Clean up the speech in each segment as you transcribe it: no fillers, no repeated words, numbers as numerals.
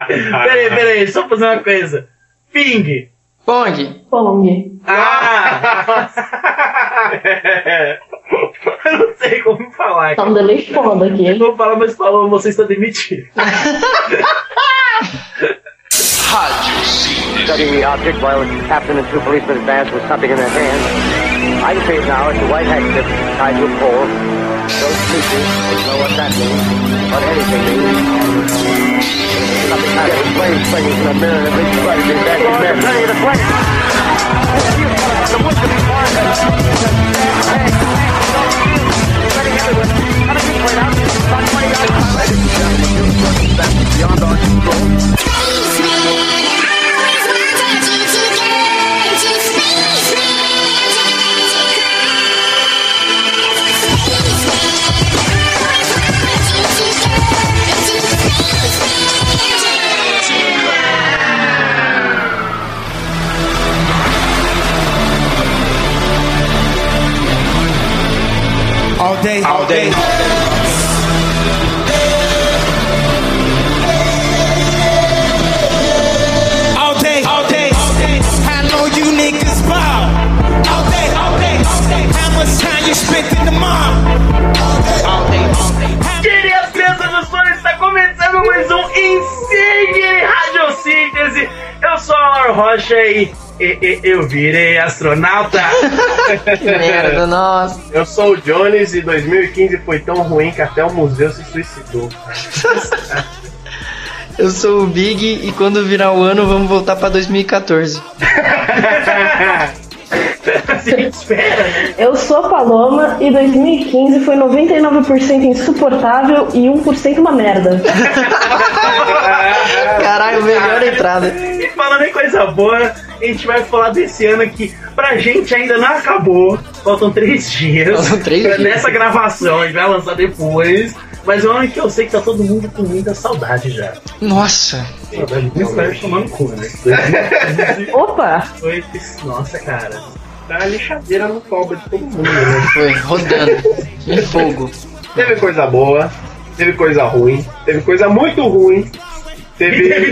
Peraí, só fazer uma coisa. Ping. Pong. Ah! Eu não sei como falar. Tá um delay foda aqui. Eu vou falar, mas falou, você está demitido. Studying the object while the captain and two policemen advanced with something in their hands. I can see it now. It's a white handkerchief tied to a pole. Those creatures don't know what that means, what anything means. Something kind of flames swinging from the mirror and at least try to be back in there. Plenty of the flames. The wood to be far. Spreading everywhere. How did you play out? About 20 yards. Ladies and gentlemen, new circumstances beyond our control. All day. All day. All day. All day. I know you niggas ball. All day. All day. How much time you spent in the mall? All day. Queridas crianças do sonho, está começando mais um Insigne Radiosíntese. Eu sou a Laura Rocha e eu virei astronauta. Que merda, nossa. Eu sou o Jones e 2015 foi tão ruim que até o museu se suicidou. Eu sou o Big e quando virar o ano vamos voltar pra 2014. Espera. Eu sou a Paloma e 2015 foi 99% insuportável e 1% uma merda. Caralho, melhor entrada. E falando em coisa boa, a gente vai falar desse ano que pra gente ainda não acabou. Faltam 3 dias. Faltam 3 dias. Nessa gravação, a gente vai lançar depois. Mas é um ano que eu sei que tá todo mundo com muita saudade já. Nossa. Saudade de estar tomando cu, né? Opa! Foi, nossa, cara. Tá a lixadeira no toba de todo mundo, né? Foi, rodando. Em fogo. Teve coisa boa, teve coisa ruim, teve coisa muito ruim. Teve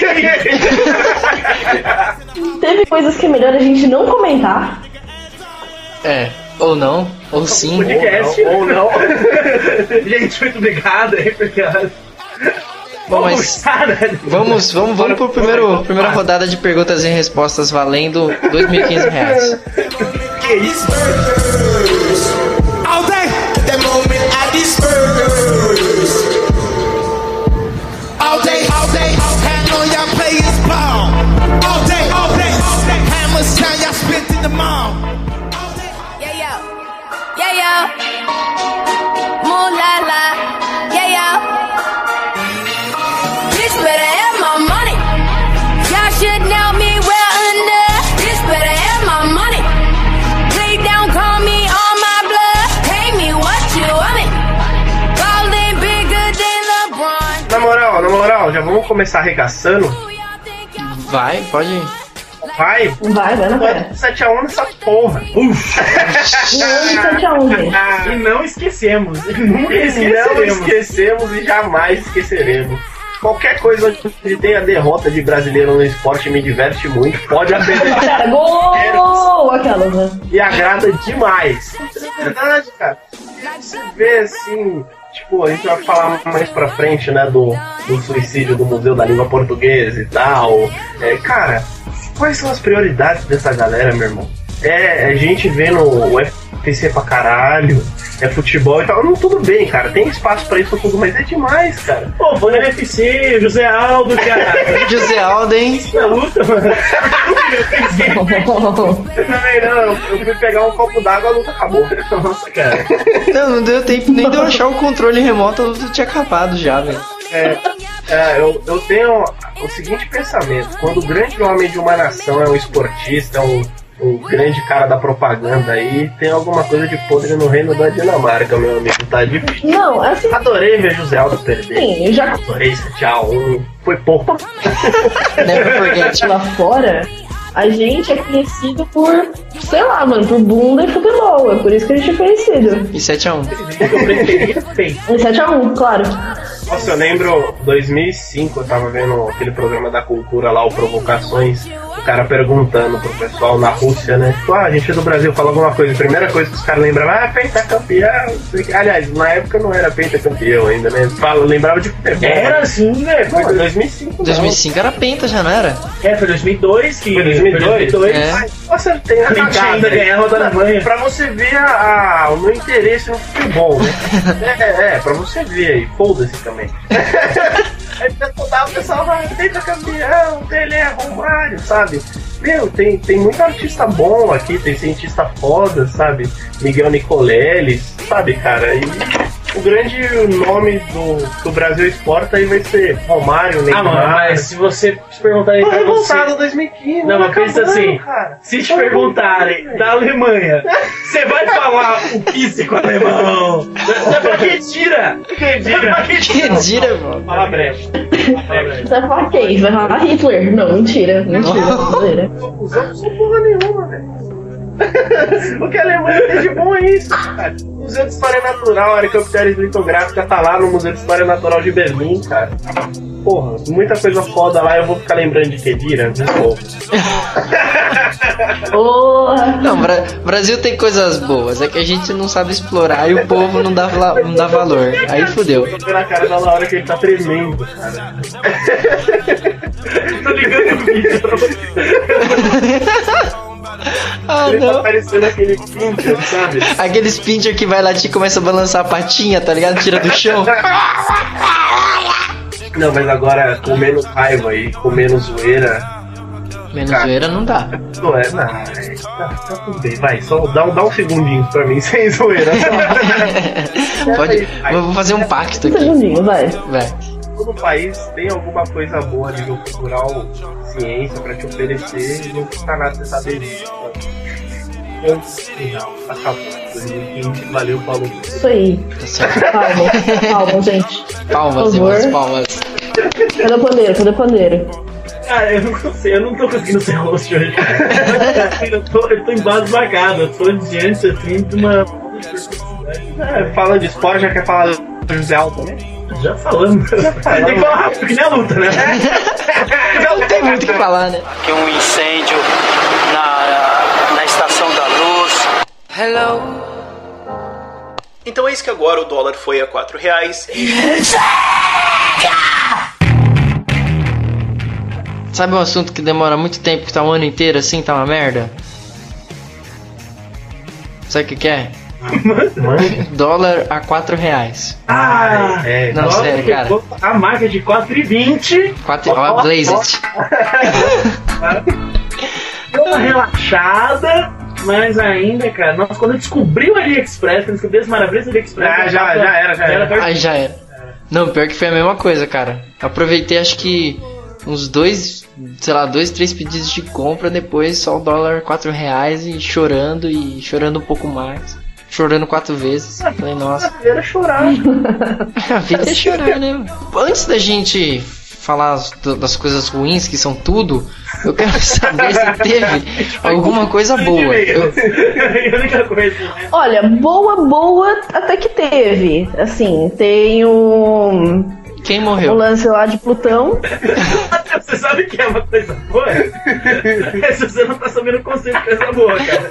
coisas que é melhor a gente não comentar. É, ou não, ou sim. Podcast. Ou não. Gente, muito obrigado aí, obrigado. Bom, mas vamos pro primeira rodada de perguntas e respostas valendo R$2.015. Que isso? All day. The moment I disperse. All day. I know y'all players ball. All day. How much time y'all spent in the mall? Yeah, yo. Moon la la. Yeah, yo. Bitch better have my money. Y'all should know me well under. Bitch better have my money. Play down, call me on my blood. Pay me what you want me. Ballin' bigger than LeBron. Na moral, já vamos começar arregaçando? Vai, pode ir. Vai Na pera. 7x1 nessa porra. Não, 7x1, gente. E não esquecemos. Nunca Não esqueceremos. esquecemos e jamais esqueceremos. Qualquer coisa que tenha derrota de brasileiro no esporte me diverte muito. Pode aprender. Cara, gol! Aquelas, né? E agrada demais. É verdade, cara. Você vê assim, tipo, a gente vai falar mais pra frente, né, do suicídio do Museu da Língua Portuguesa e tal. Cara, quais são as prioridades dessa galera, meu irmão? É gente vendo o UFC pra caralho, é futebol e tal. Não, tudo bem, cara, tem espaço pra isso tudo, mas é demais, cara. Pô, foi no UFC, José Aldo, cara. José Aldo, hein? Na luta, mano. Eu também não, eu fui pegar um copo d'água, a luta acabou. Nossa, cara. Não deu tempo nem de eu achar o controle remoto, a luta tinha acabado já, velho. Eu tenho o seguinte pensamento: quando o grande homem de uma nação é um esportista, um grande cara da propaganda aí, tem alguma coisa de podre no reino da Dinamarca, meu amigo, tá difícil. Não, assim. Adorei ver José Aldo perder. Sim, eu já. Adorei 7x1, foi pouco. Never forget. Lá fora, a gente é conhecido por, sei lá, mano, por bunda e futebol. É por isso que a gente é conhecido. E 7x1. Eu preferia feito. Em 7x1, claro. Nossa, eu lembro 2005, eu tava vendo aquele programa da cultura lá, o Provocações, o cara perguntando pro pessoal na Rússia, né? Tipo, a gente é do Brasil, fala alguma coisa. A primeira coisa que os caras lembravam, pentacampeão. Aliás, na época não era pentacampeão ainda, né? Lembrava de futebol. Era assim, né? Foi 2005. 2005 era penta já, não era? Foi 2002 que... Foi 2002? É. Nossa, tem a gente ainda ganhava da Alemanha. Pra você ver o meu interesse no futebol, né? Pra você ver aí, foda-se também. Aí o pessoal vai, pentacampeão, ele é Romário, sabe? Meu, tem muito artista bom aqui, tem cientista foda, sabe? Miguel Nicoleles, sabe, cara? E o grande nome do Brasil exporta aí vai ser Romário, Neymar. Mano, mas se você se perguntar aí pra você... voltado 2015. Não, mas pensa assim, cara. se te perguntarem da Alemanha, você vai falar o físico alemão. Pra que tira? Que tira, mano. Fala brecha. Você vai falar quem? Você vai falar Hitler? Não, mentira. Mentira. Os outros são porra nenhuma, velho. O que a Alemanha tem de bom é isso, cara. Museu de História Natural, a Arqueopteris litográfica tá lá no Museu de História Natural de Berlim, cara. Porra, muita coisa foda lá, eu vou ficar lembrando de Kedira, né? Porra. Não, Brasil tem coisas boas, é que a gente não sabe explorar e o povo não dá valor. Aí fudeu. Eu tô vendo a cara da Laura que ele tá tremendo, cara. Tô ligando o vídeo pra você. Ele tá parecendo aquele pincher, sabe? Aqueles pincher que vai lá e começa a balançar a patinha, tá ligado? Tira do chão. Não, mas agora com menos raiva e com menos zoeira. Menos zoeira não dá. Não é, tá tudo bem. Vai, só dá um segundinho pra mim sem zoeira. Pode. Vou fazer um pacto aqui. Segundinho, vai. Todo país tem alguma coisa boa a nível cultural, ciência pra te oferecer e não custa nada você saber disso. Final, acabou. 2015, valeu, falou. Isso aí. Tá certo. Palmas, gente. Palmas, irmãos, palmas. Cadê o pandeiro? Cara, eu não sei, eu não tô conseguindo ser host hoje. eu tô embasbacado, eu tô diante assim de uma. Falando de esporte, já quer falar do José Alto, né? Já falando. Tem que falar rápido, que nem a luta, né? Não tem muito o que falar, né? Que um incêndio na Estação da Luz. Hello. Então é isso que agora o dólar foi a R$4. Sabe um assunto que demora muito tempo, que tá um ano inteiro assim, tá uma merda? Sabe o que é? Dólar a R$4. Não, não, sério, cara. A marca de 4,20. Ó, Blazed. Deu uma relaxada, mas ainda, cara, nossa, quando eu descobri o AliExpress, quando eu descobri as maravilhas do AliExpress, já era. Aí já era. Não, pior que foi a mesma coisa, cara. Aproveitei, acho que uns 2, 3 pedidos de compra, depois só o dólar R$4 e chorando um pouco mais. Chorando 4 vezes. Falei, nossa. A vida era chorar. A vida é chorar, né? Antes da gente falar das coisas ruins, que são tudo, eu quero saber se teve alguma coisa boa. Olha, boa até que teve. Assim, tem o... Quem morreu? O lance lá de Plutão. Você sabe que é uma coisa boa? Se você não tá sabendo o conceito de coisa boa, cara.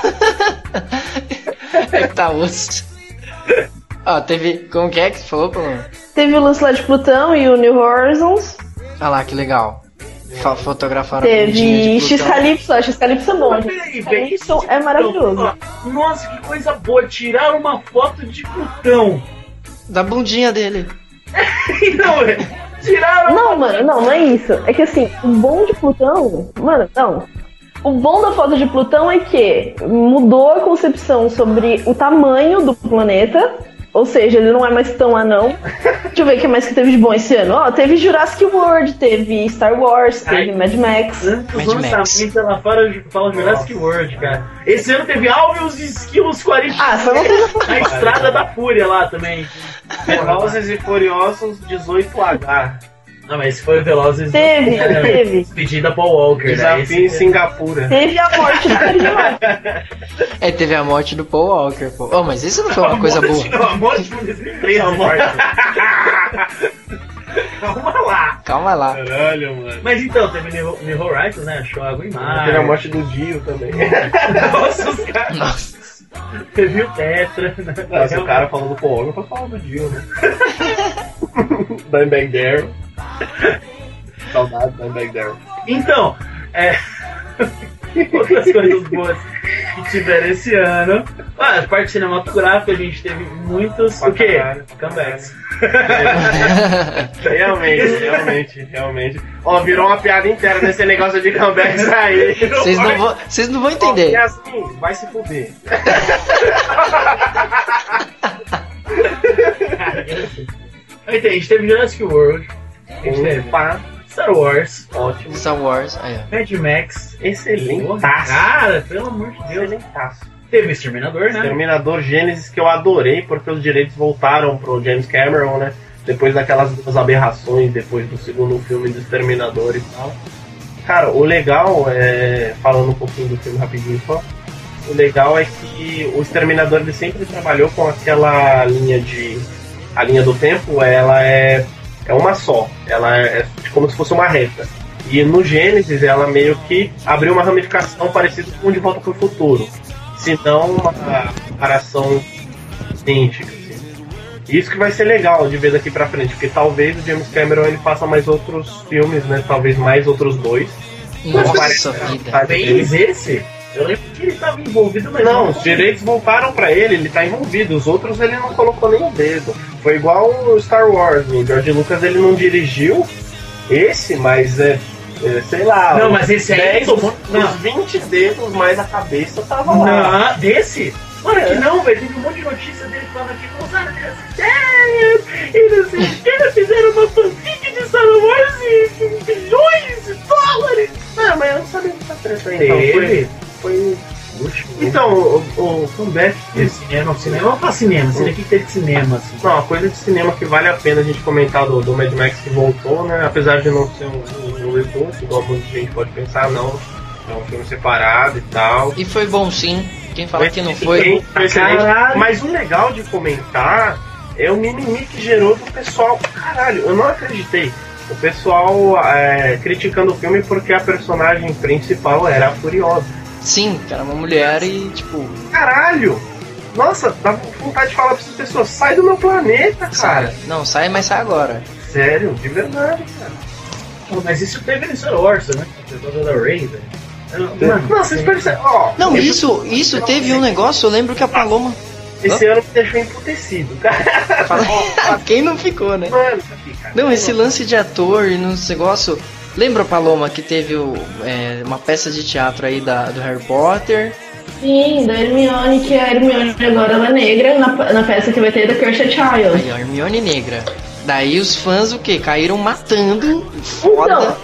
É que tá osso. Ó, teve... Como que é que você falou, Bruno? Teve o lance lá de Plutão e o New Horizons. Ah lá, que legal. Fotografaram Teve X-Calypso, a X-Calypso é bom. X-Calypso é maravilhoso. Nossa, que coisa boa. Tiraram uma foto de Plutão. Da bundinha dele. Não, tiraram. Não, mano, não é isso. É que assim, o bom de Plutão. Mano, não. O bom da foto de Plutão é que mudou a concepção sobre o tamanho do planeta. Ou seja, ele não é mais tão anão. Deixa eu ver o que mais que teve de bom esse ano. Ó, teve Jurassic World, teve Star Wars, teve Mad Max. Os lançamentos lá fora falam Jurassic World, cara. Esse ano teve Alves e Esquilos 40. Foi uma coisa. A Estrada da Fúria lá também. Velozes e Furiosos 18H. Não, mas esse foi o Velozes. Teve. Pedida Paul Walker. Desafio em Singapura. Teve a morte do Cadillac. Teve a morte do Paul Walker, pô. Oh, mas isso não foi uma coisa boa. A morte foi 2013. Calma lá. Calma lá. Caralho, mano. Mas então, teve New Horizons, né? Achou água em mar. Teve a morte do Dio também. Nossa, os caras. Nossa. Teve o Tetra. Né? Nossa, o cara falando com o homem, pra falar do Dio, né? Dimebag Darrell. Saudade do Dimebag Darrell. Então, outras coisas boas que tiveram esse ano. A parte cinematográfica a gente teve muitos. O quê? Comebacks. Realmente. Ó, virou uma piada inteira nesse negócio de comebacks aí. Vocês não vão entender. É assim, vai se fuder. A gente teve Jurassic World. A gente teve Star Wars. Ótimo. Star Wars, aí, ó. Mad Max. Excelente. Cara, pelo amor de Deus. Excelentaço. Teve Exterminador, né? Exterminador Gênesis, que eu adorei, porque os direitos voltaram pro James Cameron, né? Depois daquelas duas aberrações, depois do segundo filme do Exterminador e tal. Cara, o legal falando um pouquinho do filme rapidinho só, o legal é que o Exterminador ele sempre trabalhou com aquela linha a linha do tempo, ela é uma só, ela é como se fosse uma reta. E no Gênesis ela meio que abriu uma ramificação parecida com De Volta pro Futuro, se não uma comparação idêntica. Assim. Isso que vai ser legal de ver daqui pra frente, porque talvez o James Cameron ele faça mais outros filmes, né? Talvez mais outros 2. Nossa vida. Fez esse? Eu lembro que ele estava envolvido, mas não, os direitos voltaram pra ele tá envolvido. Os outros ele não colocou nem o dedo. Foi igual o Star Wars. O George Lucas ele não dirigiu esse, mas sei lá. Não, mas esse aí. Os 20 dedos mais a cabeça tava lá. Não, desse? Mano, que não, velho. Teve um monte de notícia dele falando aqui com os ideias e não sei o que. Fizeram uma fanfic de Star Wars e bilhões de dólares. Não, mas eu não sabia que tá treta aí. Então, foi último. Então, o comeback de cinema não faz cinema, você tem que ter de cinema, assim. Não, a coisa de cinema que vale a pena a gente comentar do Mad Max que voltou, né? Apesar de não ser um reboot, igual muita gente pode pensar, não. É um filme separado e tal. E foi bom sim. Quem fala que não foi. Mas o legal de comentar é o mimimi que gerou do pessoal. Caralho, eu não acreditei. O pessoal criticando o filme porque a personagem principal era a Furiosa. Sim, que era uma mulher e tipo. Caralho! Nossa, dá vontade de falar pra essas pessoas, sai do meu planeta, cara! Não, sai, mas sai agora. Sério, de verdade, cara. Mas isso teve no Star Wars, né? Por causa da Rey, velho. Não, vocês percebem. Não, isso teve um negócio, eu lembro que a Paloma. Esse ano me deixou emputecido, cara. Quem não ficou, né? Mano, não, esse lance de ator e nos negócio. Lembra, Paloma, que teve uma peça de teatro aí do Harry Potter? Sim, da Hermione, que a Hermione agora ela é negra, na peça que vai ter da Cursed Child. Aí, a Hermione negra. Daí os fãs o quê? Caíram matando. Foda.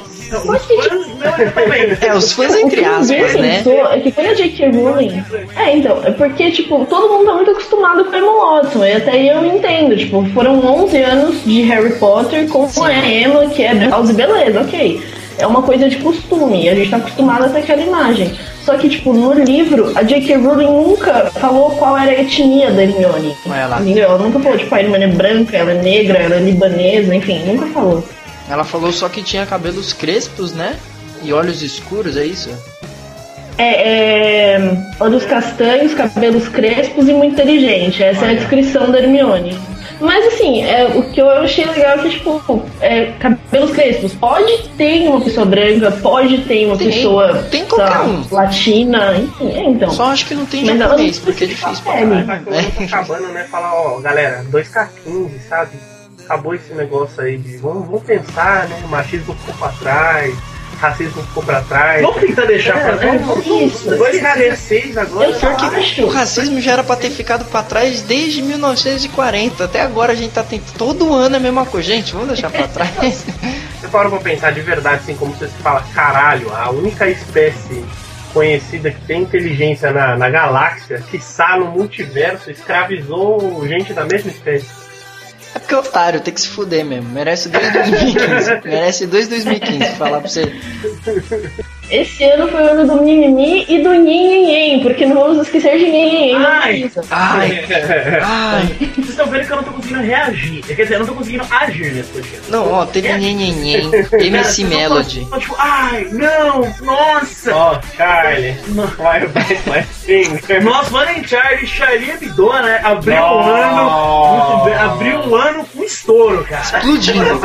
Então, os fãs entre aspas, né? É que quando a J.K. Rowling... então, é porque, tipo, todo mundo tá muito acostumado com a Emma Watson, e até aí eu entendo, tipo, foram 11 anos de Harry Potter com a Emma, que é House, beleza, ok. É uma coisa de costume, a gente tá acostumado até aquela imagem. Só que, tipo, no livro, a J.K. Rowling nunca falou qual era a etnia da Hermione. Entendeu? Ela nunca falou, tipo, a Hermione é branca, ela é negra, ela é libanesa, enfim, nunca falou. Ela falou só que tinha cabelos crespos, né? E olhos escuros, é isso? Olhos castanhos, cabelos crespos e muito inteligente. Essa é a descrição da Hermione. Mas assim, o que eu achei legal é que, tipo, cabelos crespos. Pode ter uma pessoa branca, pode ter uma pessoa latina, enfim, então. Só acho que não tem japonês, porque é difícil pra caralho. Tá acabando, né? Falar, galera, 2K15, sabe? Acabou esse negócio aí de vamos pensar, né? O machismo ficou pra trás, racismo ficou pra trás. Vamos tentar deixar pra trás. Isso. 2K16 agora. O racismo já era pra ter ficado pra trás desde 1940. Até agora a gente tá tentando. Todo ano é a mesma coisa. Gente, vamos deixar pra trás. Você parou pra pensar de verdade, assim, como você fala, caralho, a única espécie conhecida que tem inteligência na galáxia, quiçá no multiverso, escravizou gente da mesma espécie. É porque é otário, tem que se fuder mesmo. Merece 2 2015. Merece 2 2015, falar pra você. Esse ano foi o ano do mimimi e do nhenhenhen, porque não vamos esquecer de nhenhenhen. Ai. Vocês estão vendo que eu não tô conseguindo reagir. Quer dizer, eu não tô conseguindo agir nesse podcast. Não, ó, teve nhenhenhen, MC Melody. Tipo, ai, não, nossa. Ó, Charlie. Vai, sim. Nossa, mano, em Charlie Hebdo, né? Abriu o ano com estouro, cara. Explodindo.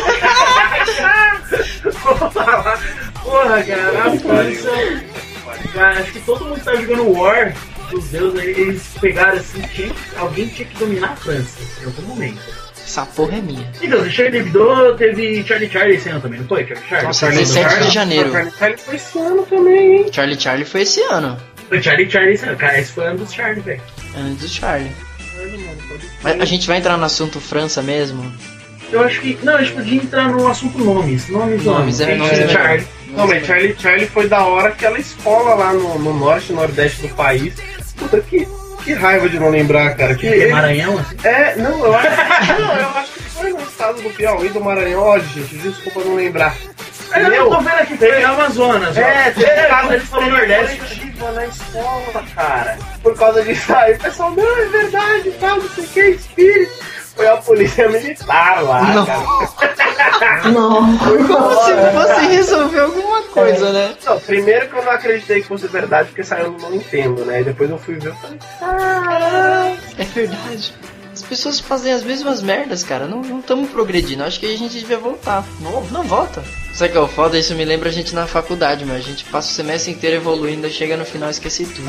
Porra, cara, a França. Cara, acho que todo mundo tá jogando War dos deuses, eles pegaram assim, alguém tinha que dominar a França em algum momento. Essa porra é minha. Então, Charlie Hebdo teve Charlie esse ano também, não foi? Charlie? Nossa, 17 de janeiro. Charlie foi esse ano também, hein? Charlie foi esse ano. Foi Charlie esse ano. Cara, esse foi ano dos Charlie, velho. Ano do Charlie. Mas a gente vai entrar no assunto França mesmo? Eu acho que. Não, a gente podia entrar no assunto nomes. Nomes é Charlie. Não, mas Charlie foi da hora aquela escola lá no norte e nordeste do país. Puta, que raiva de não lembrar, cara. Que Maranhão? Assim? Não, eu acho que foi no estado do Piauí, do Maranhão. Ó, gente, desculpa não lembrar. Eu tô vendo aqui, foi Amazonas. Eles foram Nordeste na escola, cara. Por causa disso aí, o pessoal, não, é verdade, tal, não sei o que, espírito. Foi a polícia militar lá, não. Cara. Não. Como se fosse resolver alguma coisa, né? Não, primeiro que eu não acreditei que fosse verdade, porque saiu no Não Entendo, né? E depois eu fui ver e falei, caralho. É verdade. As pessoas fazem as mesmas merdas, cara. Não estamos progredindo. Acho que a gente devia voltar. Não volta. Sabe que é o foda? Isso me lembra a gente na faculdade, mas a gente passa o semestre inteiro evoluindo e chega no final e esquece tudo.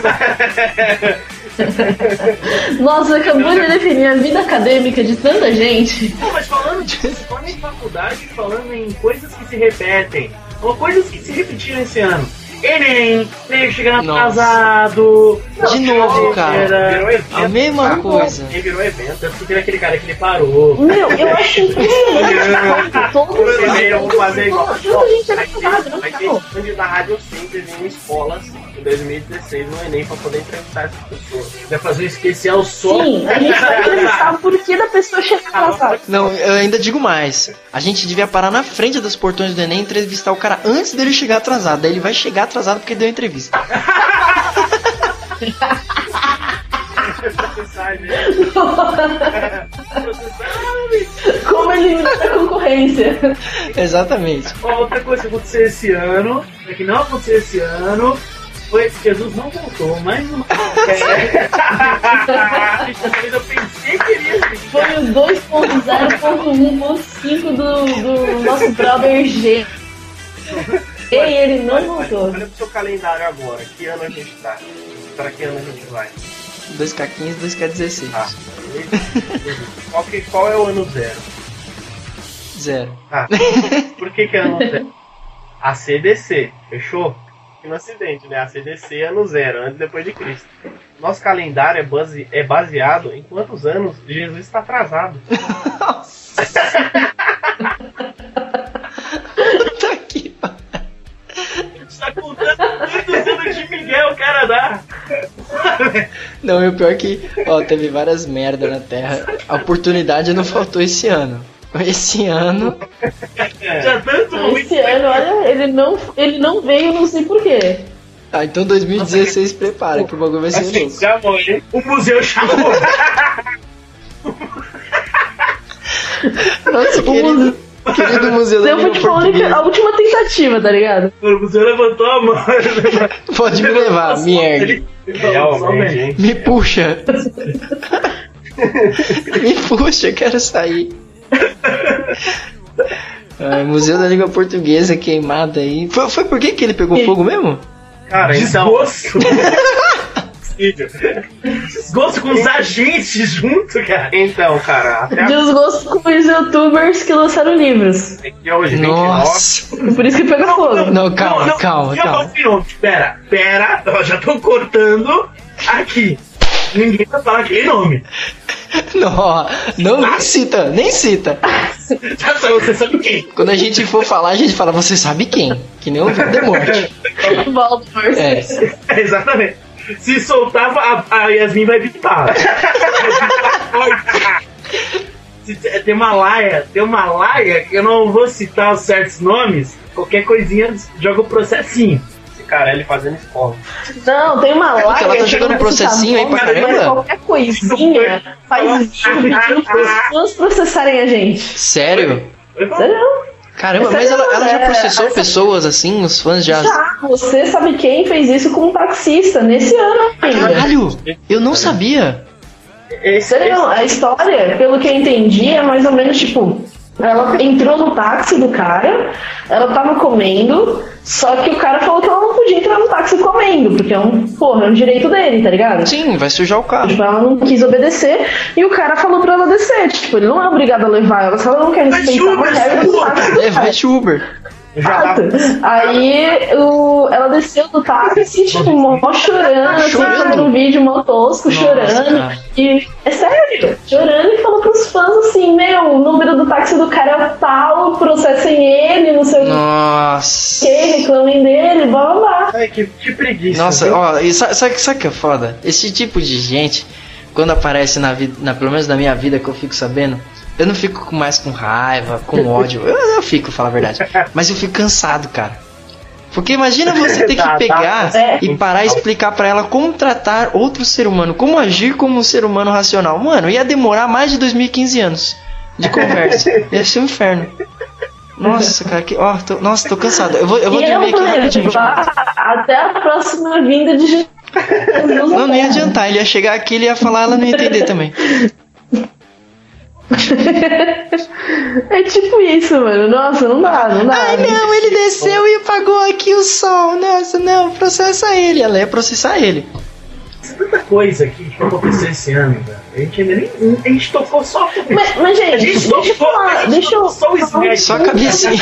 Nossa, acabou de definir a vida acadêmica de tanta gente. Não, mas falando em faculdade, falando em coisas que se repetem, ou coisas que se repetiram esse ano. Enem chegando atrasado. De novo, cara. A mesma coisa. Quem virou evento? Tanto que teve aquele cara que ele parou. Meu, eu acho impressionante. Todos vão fazer igual. Toda a gente é acostumado, não Vai ter acabou. stand da Rádio Simples em escolas em 2016 no Enem pra poder entrevistar essas pessoas. Vai fazer um especial só. Sim, a gente vai entrevistar o porquê da pessoa chegar atrasada. Não, eu ainda digo mais. A gente devia parar na frente dos portões do Enem e entrevistar o cara antes dele chegar atrasado. Daí ele vai chegar atrasado porque deu entrevista. Como eliminar a concorrência. Exatamente. Outra coisa que aconteceu esse ano, que não aconteceu esse ano, foi que Jesus não voltou, mais uma vez. Eu pensei que iria assistir. Foi o 2.0.1.5 do nosso brother G. E ele não voltou. Olha pro seu calendário agora, que ano a gente tá? Para que ano a gente vai? 2K15, 2K16. Tá. Qual é o ano zero? Zero. Tá. Por que é ano zero? A CDC, fechou? No acidente, né? A CDC é ano zero, antes e depois de Cristo. Nosso calendário é baseado em quantos anos Jesus está atrasado. Puta que pariu. Tá contando quantos anos de Miguel o cara dá. Não, e o pior é que, ó, teve várias merdas na Terra. A oportunidade não faltou esse ano. Esse ano. Já tanto ruim. Esse ano, olha, ele não veio, não sei porquê. Ah, então 2016 prepara que o bagulho vai ser louco. Chamou, hein? O museu chamou. Nossa, querido museu da Eu vou língua te falar portuguesa. a última tentativa, tá ligado? O museu levantou a mão. Pode me levar, me ergue. Realmente, hein? Me puxa. Me puxa, eu quero sair. Museu da Língua Portuguesa queimado aí. Foi por que ele pegou fogo mesmo? Cara, então. Desgosto. Desgosto com os agentes junto, cara. Então, cara, até Desgosto com os youtubers que lançaram livros. aqui hoje, 29. Nossa. Por isso que pegou fogo. Não, calma. Pera, eu já tô cortando aqui. Ninguém vai falar aquele nome. Não, nem cita. Já sabe, você sabe quem. Quando a gente for falar, a gente fala, você sabe quem? Que nem o Voldemort. Voldemort. É. Exatamente. Se soltava, a Yasmin vai bipar. Tem uma laia que eu não vou citar os certos nomes, qualquer coisinha joga o processinho. Cara, ele fazendo escola. Não, tem uma live. Ela tá jogando processinho aí pra caramba. Qualquer coisinha faz vídeo pedindo pros fãs processarem a gente. Sério? Sério? Caramba, mas ela já processou pessoas assim, os fãs já. Você sabe quem fez isso com um taxista nesse ano ainda? Caralho, eu não sabia. Sério, a história, pelo que eu entendi, é mais ou menos tipo. Ela entrou no táxi do cara, ela tava comendo, só que o cara falou que ela não podia entrar no táxi comendo, porque é um direito dele, tá ligado? Sim, vai sujar o carro. Tipo, ela não quis obedecer e o cara falou pra ela descer. Tipo, ele não é obrigado a levar ela, se ela não quer respeitar uma regra do táxi. Vai de Uber. Aí ela desceu do táxi, tipo, mó chorando, assim, um vídeo mó tosco, chorando. Cara. E é sério, chorando e falou pros fãs assim, meu, o número do táxi do cara é tal, processem ele, não sei o que, reclamem dele, blá blá blá. Ai, que preguiça. Nossa, ó, e sabe o que é foda? Esse tipo de gente, quando aparece na vida, pelo menos na minha vida que eu fico sabendo, eu não fico mais com raiva, com ódio. Eu fico, falar a verdade. Mas eu fico cansado, cara. Porque imagina você ter que pegar e parar e explicar pra ela como tratar outro ser humano, como agir como um ser humano racional. Mano, ia demorar mais de 2015 anos de conversa. Ia ser um inferno. Nossa, cara, tô cansado. Eu vou dormir aqui rapidinho. Até a próxima vinda de Jesus. Não ia adiantar. Ele ia chegar aqui, ele ia falar, ela não ia entender também. É tipo isso, mano. Nossa, não dá. Ai, não, ele desceu e apagou aqui o som. Nossa, não, processa ele. Ela ia processar ele. Tanta coisa que aconteceu esse ano, velho. A gente tocou só. Mas gente, deixa eu só o Smash. Só a cabecinha.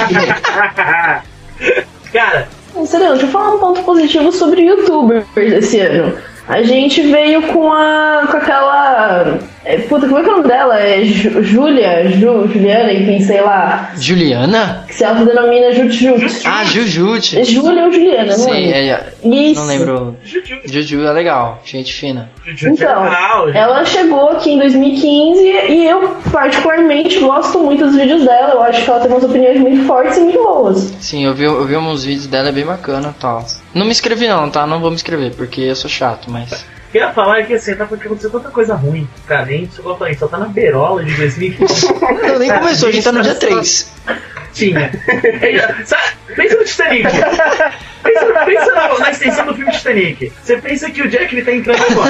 Cara, sério, deixa eu falar um ponto positivo sobre youtubers esse ano. A gente veio com aquela. Puta, como é que é o nome dela? É Juliana, enfim, sei lá. Juliana? Que se autodenomina Jujut. Ah, Jujut. É Júlia ou Juliana, não sim, Isso. Não lembro. Juju é legal, gente fina. Então, ela chegou aqui em 2015 e eu particularmente gosto muito dos vídeos dela. Eu acho que ela tem umas opiniões muito fortes e muito boas. Sim, eu vi uns vídeos dela, é bem bacana e tal. Não me inscrevi não, tá? Não vou me inscrever, porque eu sou chato, mas... O que eu ia falar é que assim, tá porque aconteceu tanta coisa ruim, cara, nem só tá na beirola de 2015. Não, nem começou, a gente tá no dia 3. Tinha. Pensa no Titanic. Pensa na extensão do filme Titanic. Você pensa que o Jack ele tá entrando agora.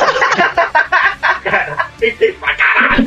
Cara, tentei pra caralho.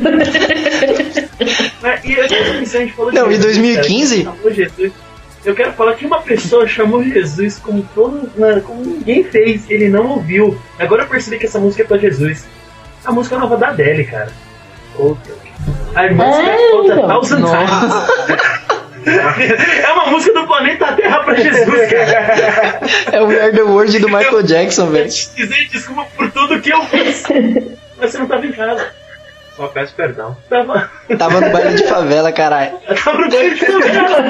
E a gente falou de não, em 2015? Chamou Jesus. Eu quero falar que uma pessoa chamou Jesus como ninguém fez, ele não ouviu. Agora eu percebi que essa música é pra Jesus. A música nova da Adele, cara. A música é outra Thousand Times. É uma música do planeta Terra pra Jesus, cara. É o We Are The World do Michael Jackson, velho. Dizer desculpa por tudo que eu fiz. Mas você não tava em casa. Só peço perdão. Tava no baile de favela, caralho. Tava no baile de favela.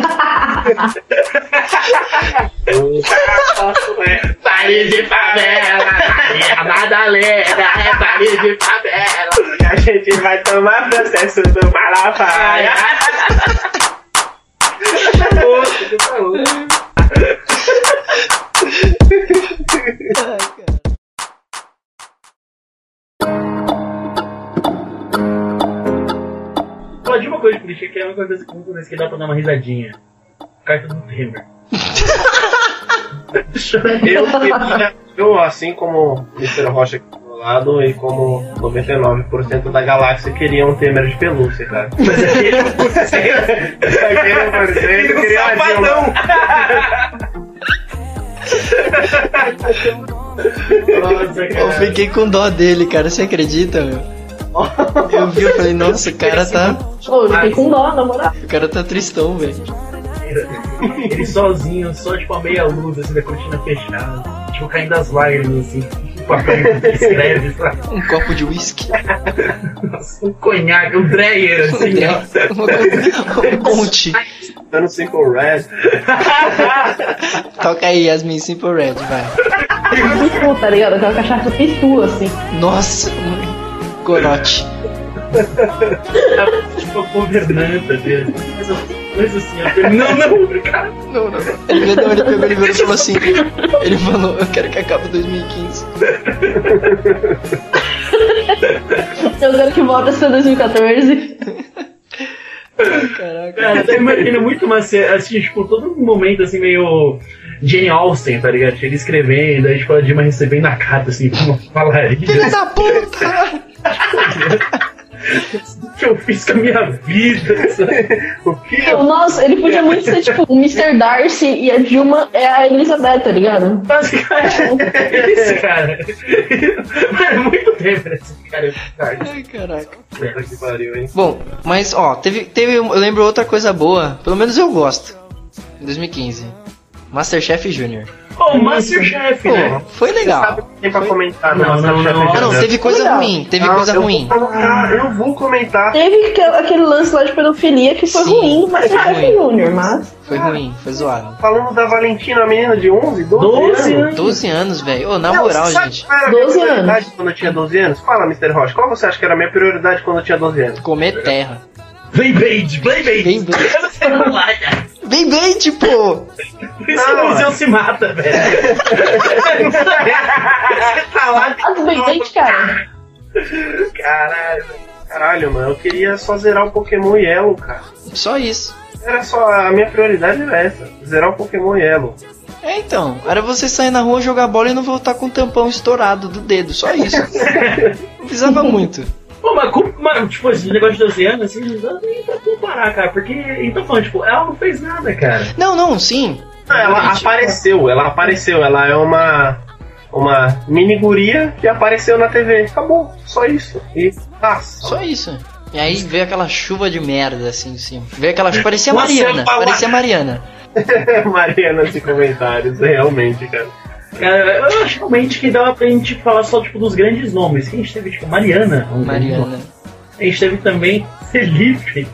Baile de favela, a Madalena é baile de favela. A gente vai tomar processo do Malafaia. Falar de uma coisa de política que é uma coisa que dá pra dar uma risadinha. Carta do Temer. Eu, assim como o Mr. Rocha aqui do lado e como 99% da galáxia queria um Temer de pelúcia, cara. Mas aquele 1% queria safadão. Nossa, cara. Eu fiquei com dó dele, cara. Você acredita, meu? Eu vi, eu falei, nossa, o cara tá... Eu fiquei com dó, na moral. O cara tá tristão, velho. Ele sozinho, só tipo a meia luz, assim, da cortina fechada. Tipo, caindo as lágrimas, assim. O papel que escreve, sabe? Um copo de uísque. Um conhaque, um Dreyer, assim, um Conte. Tá no Simple Red. Toca aí, Yasmin, Simple Red, vai. Pitu, tá ligado? Aquela cachaça pitu, assim. Nossa, corote. Tipo, a governanta dele. Coisa assim, não, cara. Não. Ele pegou e falou assim. Ele falou, eu quero que acabe 2015. Eu quero que volte a ser 2014. Caraca. Cara, eu imagino muito massa, assim, tipo, todo momento, assim, meio Jane Austen, tá ligado? Ele escrevendo, aí, tipo, a Dilma recebendo a carta, assim, como uma falaria. Filha da puta! O que eu fiz com a minha vida? Sabe? O que eu... Nossa, ele podia muito ser, tipo, o Mr. Darcy e a Dilma é a Elizabeth, tá ligado? É isso, cara. Mano, muito tempo esse cara. Ai, caraca. Que pariu, hein? Bom, mas, ó, teve, eu lembro outra coisa boa, pelo menos eu gosto, em 2015. Masterchef Júnior. Pô, Masterchef, né? Foi legal. Sabe o que tem pra comentar? Não, teve coisa ruim. Teve coisa ruim. Eu vou comentar. Teve aquele lance lá de pedofilia que foi ruim, mas foi foi ruim. Júnior, mas... Foi ruim, foi zoado. Falando da Valentina, a menina de 11, 12 anos. 12 anos, velho. Ô, na moral, gente. Qual era a minha prioridade quando eu tinha 12 anos? Fala, Mr. Rocha, qual você acha que era a minha prioridade quando eu tinha 12 anos? Comer terra. Beyblade. Beyblade. Eu não sei falar, cara. Beyblade, pô! Por isso que o museu se mata, velho. Você tá lá... Ah, do Beyblade, cara. Caralho, mano, eu queria só zerar o Pokémon Yellow, cara. Só isso. Era só, a minha prioridade era essa, zerar o Pokémon Yellow. É, então, era você sair na rua, jogar bola e não voltar com o tampão estourado do dedo, só isso. Não precisava muito. Pô, mas tipo, esse negócio de 12 anos, assim, não dá nem pra comparar, cara, porque, então falando, tipo, ela não fez nada, cara. Não, sim. Não, ela apareceu, ela é uma mini guria que apareceu na TV, acabou, só isso. E passa. Só isso. E aí veio aquela chuva de merda, assim, em cima. Veio aquela... Parecia Nossa, Mariana. Mariana nesse comentários, realmente, cara. Cara, eu acho realmente que dava pra gente falar só, tipo, dos grandes nomes. Que a gente teve, tipo, Mariana. A gente teve também Felipe.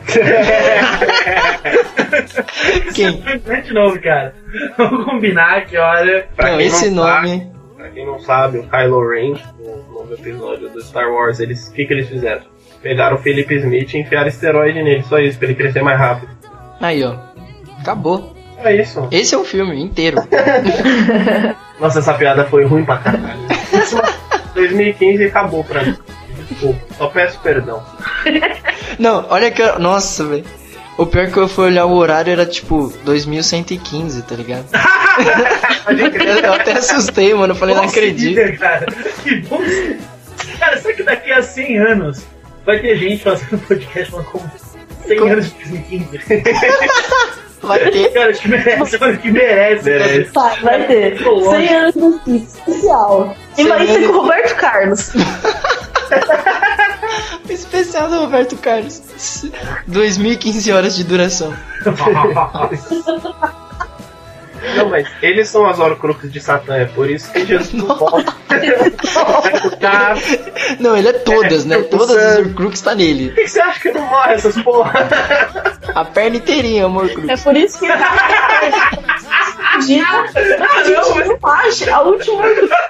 Quem? De novo, cara. Vamos combinar que, olha... Não, esse nome... Pra quem não sabe, o Kylo Ren, no novo episódio do Star Wars, o que eles fizeram? Pegaram o Felipe Smith e enfiaram esteroide nele, só isso, pra ele crescer mais rápido. Aí, ó. Acabou. É isso. Esse é o filme inteiro. Nossa, essa piada foi ruim pra caralho. 2015 acabou pra mim. Desculpa, só peço perdão. Não, olha que... Nossa, velho. O pior que eu fui olhar o horário era tipo 2115, tá ligado? Eu até assustei, mano. Eu falei, não acredito. Cara, que bom. Cara, será que daqui a 100 anos vai ter gente fazendo podcast falando como 100 anos de 2015? Vai ter. Cara, que merece. Tá, vai ter. 100 anos de especial. E vai ser com o Roberto Carlos. Especial do Roberto Carlos. 2015 horas de duração. Não, mas eles são as Horcruxes de Satã, é por isso que Jesus não volta. Não, ele é todas, né? Todas as Horcruxes tá nele. Por que você acha que não morre essas porra? A perna inteirinha, Horcrux. É por isso que a última.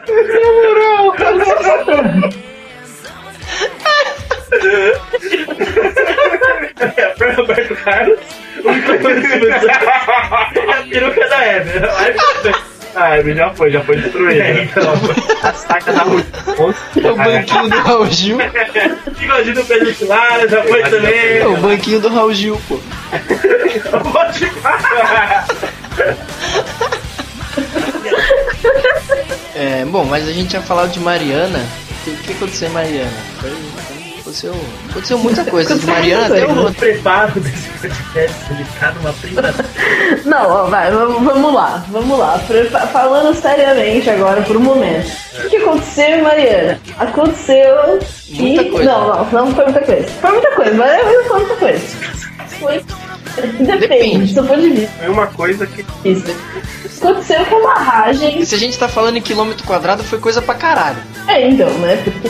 Pra Roberto Carlos, a única coisa que você é a peruca da Hebe. A Hebe já foi destruída. Então, a saca da Raul. O banquinho do Raul Gil. Igualzinho do Pedro Pilar, já foi também. O banquinho do Raul Gil, pô. Bom, mas a gente ia falar de Mariana. O que aconteceu em Mariana? Aconteceu muita coisa de Mariana até o outro. Preparo desse podcast, ele tá numa prima. Não, ó, vai, vamos lá. Falando seriamente agora por um momento. O que aconteceu em Mariana? Aconteceu que... Muita coisa. Não foi muita coisa. Foi muita coisa, mas não foi muita coisa. Foi... Depende, do ponto de vista. Foi uma coisa que... Isso. Aconteceu com a barragem... E se a gente tá falando em quilômetro quadrado, foi coisa pra caralho. Então, né? Porque...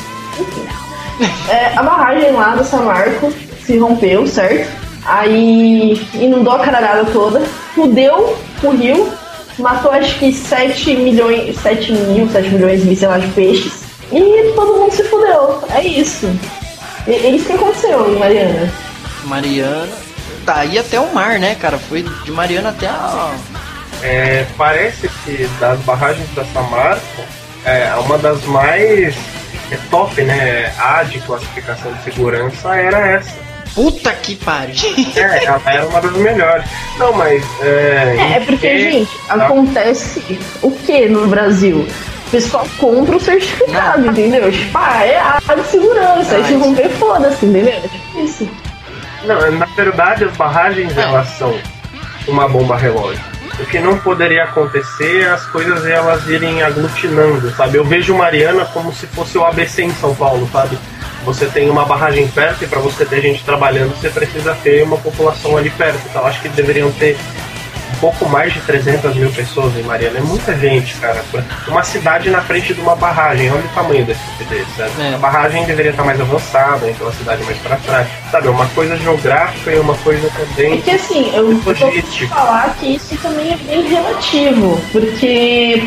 a barragem lá do Samarco se rompeu, certo? Aí inundou a caralhada toda, fudeu o rio, matou acho que 7 milhões e sei lá de peixes, e todo mundo se fudeu. É isso. É isso que aconteceu em Mariana. Mariana. Daí até o mar, né, cara? Foi de Mariana até a... Parece que das barragens da Samarco, uma das mais top, né? A de classificação de segurança era essa. Puta que pariu! Ela era uma das melhores. Não, mas. Porque, gente, acontece o que no Brasil? O pessoal compra o certificado, entendeu? Tipo, é a área de segurança. Aí se romper, foda-se, entendeu? Tipo isso. Não, na verdade, as barragens elas são uma bomba relógio. O que não poderia acontecer é as coisas elas irem aglutinando, sabe? Eu vejo Mariana como se fosse o ABC em São Paulo, sabe? Você tem uma barragem perto e para você ter gente trabalhando, você precisa ter uma população ali perto. Então acho que deveriam ter um pouco mais de 300 mil pessoas em Mariana. É muita gente, cara. Uma cidade na frente de uma barragem. Olha o tamanho desse desse, sabe? A barragem deveria estar mais avançada, então a cidade mais para trás. Sabe, uma coisa geográfica e uma coisa também... É que assim, eu vou te falar que isso também é bem relativo, porque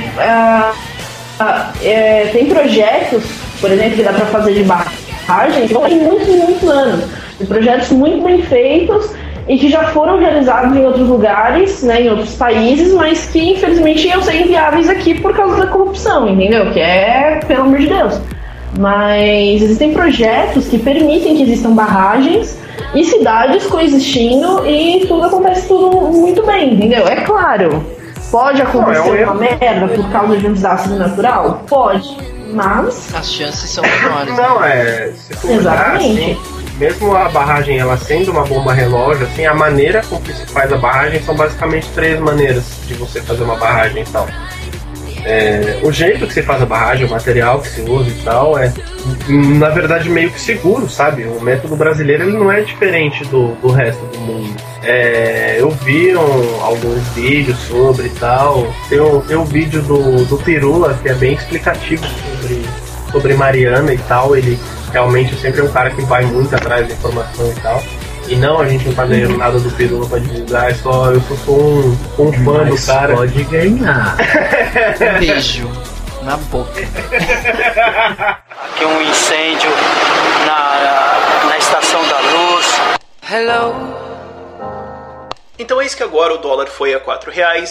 tem projetos, por exemplo, que dá para fazer de barragem, que tem muitos anos. Tem projetos muito bem feitos e que já foram realizados em outros lugares, né, em outros países, mas que infelizmente iam ser inviáveis aqui por causa da corrupção, entendeu? Que pelo amor de Deus. Mas existem projetos que permitem que existam barragens e cidades coexistindo e tudo acontece muito bem, entendeu? É claro, pode acontecer uma merda por causa de um desastre natural? Pode, mas... as chances são menores. Não, se for assim, mesmo a barragem ela sendo uma bomba relógio, assim, a maneira com que se faz a barragem são basicamente 3 maneiras de você fazer uma barragem e tal. O jeito que você faz a barragem, o material que se usa e tal, na verdade meio que seguro, sabe? O método brasileiro ele não é diferente do resto do mundo. Eu vi alguns vídeos sobre e tal. Tem um vídeo do Pirula que é bem explicativo sobre Mariana e tal. Ele realmente sempre é um cara que vai muito atrás da informação e tal. E não, a gente não tá ganhando nada do Pirula pra divulgar, eu só sou um fã do cara. Pode ganhar. Um beijo na boca. Aqui um incêndio na Estação da Luz. Hello. Então é isso que agora o dólar foi a R$4.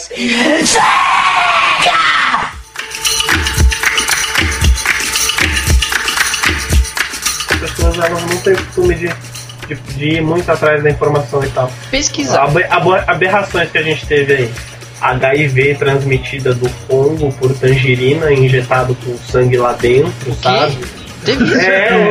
As pessoas elas não têm costume de ir muito atrás da informação e tal. Pesquisar. Aberrações que a gente teve aí. HIV transmitida do Congo por tangerina injetado com sangue lá dentro, sabe? Teve isso?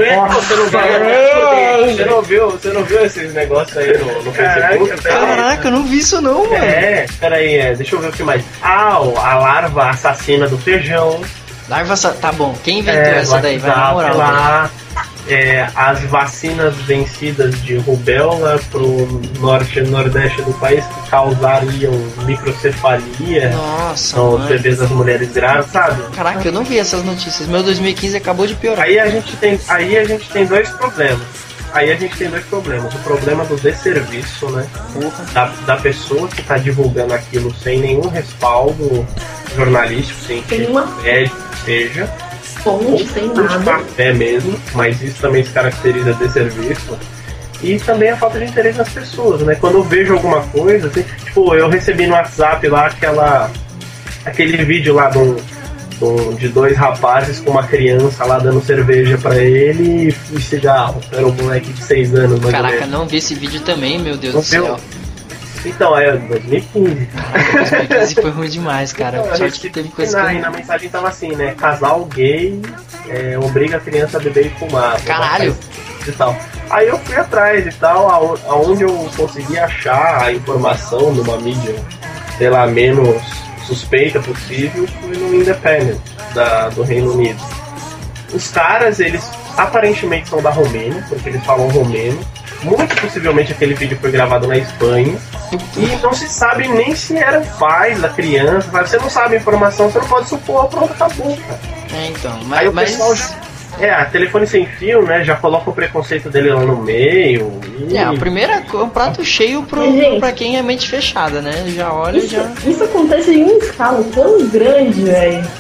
Você não viu esses negócios aí no Facebook? Caraca, eu não vi isso não, mano. Peraí, deixa eu ver o que mais. A larva assassina do feijão. Tá bom, quem inventou essa daí? Vai na moral. Lá. As vacinas vencidas de rubéola pro norte e nordeste do país que causariam microcefalia. Nossa, são os bebês das mulheres grávidas, sabe? Caraca, eu não vi essas notícias. Meu 2015 acabou de piorar. Aí a gente tem dois problemas. O problema do desserviço, né? Da pessoa que tá divulgando aquilo sem nenhum respaldo jornalístico, científico, médico, seja. Fonte, sem nada. Café mesmo, mas isso também se caracteriza de serviço. E também a falta de interesse das pessoas, né? Quando eu vejo alguma coisa, assim, tipo, eu recebi no WhatsApp lá aquele vídeo lá de 2 rapazes com uma criança lá dando cerveja pra ele e cigarro. Era um moleque de 6 anos, mais Caraca, ou menos. não vi esse vídeo também, meu Deus do céu. Então, 2015. 2015 foi ruim demais, cara. Então, sorte que teve coisa que... na mensagem tava assim, né? Casal gay obriga a criança a beber e fumar. Caralho! E tal. Aí eu fui atrás e tal, aonde eu consegui achar a informação numa mídia, sei lá, menos suspeita possível, foi no Independent, do Reino Unido. Os caras, eles aparentemente são da Romênia, porque eles falam romeno. Muito possivelmente aquele vídeo foi gravado na Espanha. E não se sabe nem se eram pais da criança, sabe? Você não sabe a informação, você não pode supor, pronto, acabou, cara. Então, aí o pessoal telefone sem fio, né? Já coloca o preconceito dele lá no meio. O primeiro é um prato cheio pra quem é mente fechada, né? Já olha, isso acontece em uma escala tão grande, velho.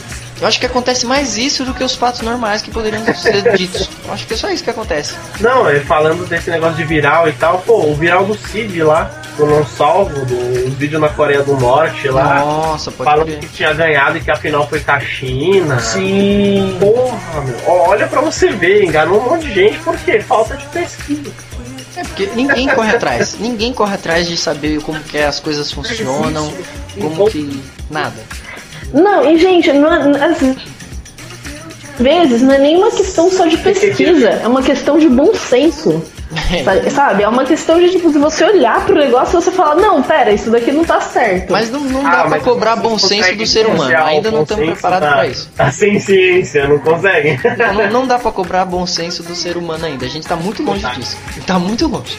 Eu acho que acontece mais isso do que os fatos normais que poderiam ser ditos. Eu acho que é só isso que acontece. Não, falando desse negócio de viral e tal, pô, o viral do Cid lá, do Não Salvo, do vídeo na Coreia do Norte lá. Nossa, pode falando crer. que tinha ganhado e que a final foi com a China. Sim. Porra, meu. Olha pra você ver, enganou um monte de gente, por quê? Falta de pesquisa. É porque ninguém corre atrás. Ninguém corre atrás de saber como que as coisas funcionam, como que... nada. Não, e gente, às vezes não é nem uma questão só de pesquisa, é uma questão de bom senso. Sabe? É uma questão de, tipo, se você olhar pro negócio, você fala, não, pera, isso daqui não tá certo. Mas não dá pra cobrar bom senso do ser humano. Ainda não estamos preparados pra isso. Tá sem ciência, não consegue. Não dá pra cobrar bom senso do ser humano ainda. A gente tá muito longe disso. Tá muito longe.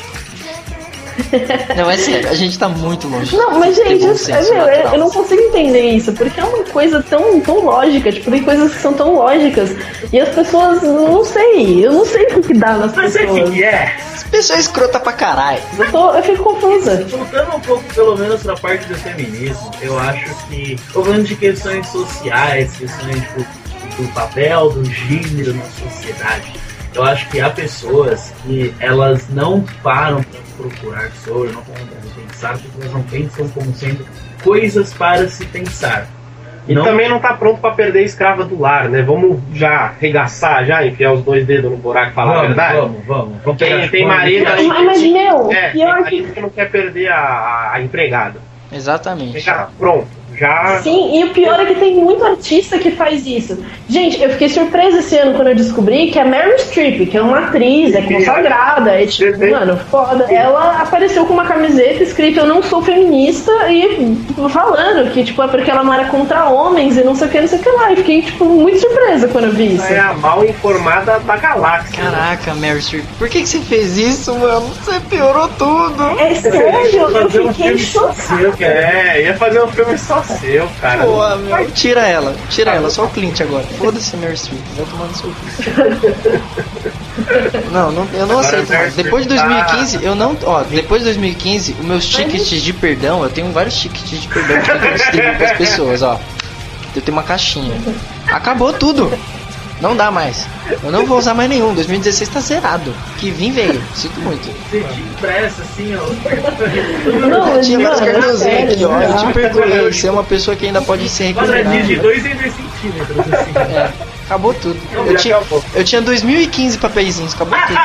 Não, é sério, a gente tá muito longe. Não, mas gente, eu não consigo entender isso, porque é uma coisa tão lógica, tipo, tem coisas que são tão lógicas, e as pessoas, eu não sei o que dá nas pessoas. As pessoas escrota pra caralho. Eu fico confusa. Voltando um pouco, pelo menos, pra parte do feminismo, eu acho que, falando de questões sociais, questões do papel, do gênero na sociedade, eu acho que há pessoas que elas não param pra procurar sobre, não param pra pensar, porque elas não pensam como sendo coisas para se pensar. E também não tá pronto pra perder a escrava do lar, né? Vamos já arregaçar, já enfiar os dois dedos no buraco e falar a verdade? Vamos. Tem marido aí Mas, meu, tem pior marido que não quer perder a empregada. Exatamente. Já, pronto. Já... Sim, e o pior é que tem muito artista que faz isso. Gente, eu fiquei surpresa esse ano quando eu descobri que a Meryl Streep, que é uma atriz, é consagrada, é tipo, mano, foda. Ela apareceu com uma camiseta escrita "Eu não sou feminista" e falando que, tipo, é porque ela não era contra homens e não sei o que lá. E fiquei, tipo, muito surpresa quando eu vi isso. É a mal informada da galáxia. Caraca, Meryl Streep, por que você fez isso, mano? Você piorou tudo. É sério, eu fiquei chocada. Ia fazer um filme só seu, cara. Pô, meu, tira ela, só o Clint agora. Foda-se, Meryl Streep, vai tomar no seu cu. Não, eu não aceito mais. Depois de 2015, depois de 2015, os meus tickets de perdão, eu tenho vários tickets de perdão que eu distribuo pras pessoas, ó. Eu tenho uma caixinha. Acabou tudo. Não dá mais. Eu não vou usar mais nenhum. 2016 tá zerado. Que vim veio. Sinto muito. Você te impressa assim, ó. Não, Tinha mais cartãozinho aqui, ó. Eu te perdoei. não. Você é uma pessoa que ainda pode ser Quadradinho de recuperada. 2 em 2 centímetros, assim. É, acabou tudo. Não, Eu já tinha, acabou. eu tinha 2015 papeizinhos. Acabou tudo.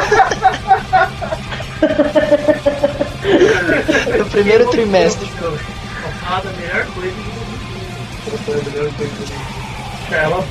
No primeiro trimestre. Vou falar da melhor coisa do mundo. Ela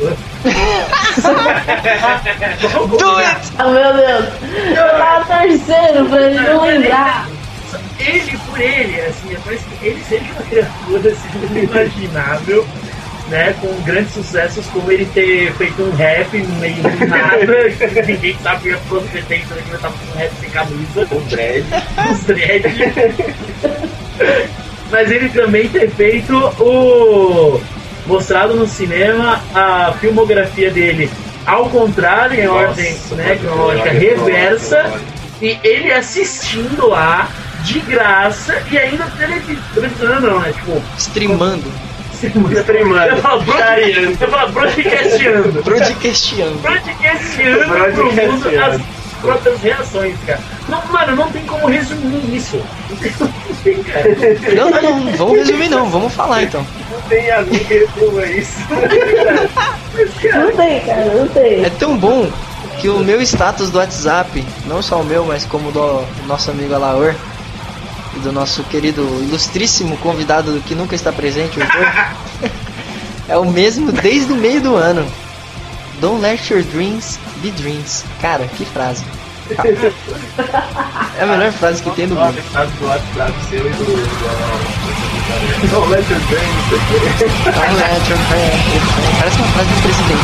Do it! Ah, meu Deus. Eu tava torcendo pra ele não lembrar. Ele, por ele, assim, parece que ele seja uma criatura assim, inimaginável, né? Com grandes sucessos, como ele ter feito um rap no meio do nada, que ninguém sabia a procedência, ele tava com um rap sem camisa, com dread, os dread. Mas ele também ter feito mostrado no cinema a filmografia dele ao contrário, em ordem, né, cronológica reversa, e ele assistindo lá de graça e ainda televisando, não, né? Tipo, Streamando. Eu falo broadcasteando. Broadcasteando. Broadcasteando pro mundo as próprias reações, cara. Não, mano, não tem como resumir isso. Não tem, cara. Não, vamos resumir não, vamos falar então. Não tem alguém que resuma isso. Não tem, cara, não tem. É tão bom que o meu status do WhatsApp, não só o meu, mas como o do nosso amigo Alaor e do nosso querido ilustríssimo convidado que nunca está presente, o Heitor, é o mesmo desde o meio do ano. Don't let your dreams be dreams. Cara, que frase. É a melhor frase que tem no mundo. Do WhatsApp seu e do Don't let your dreams. Don't let your dreams. Parece uma frase do presidente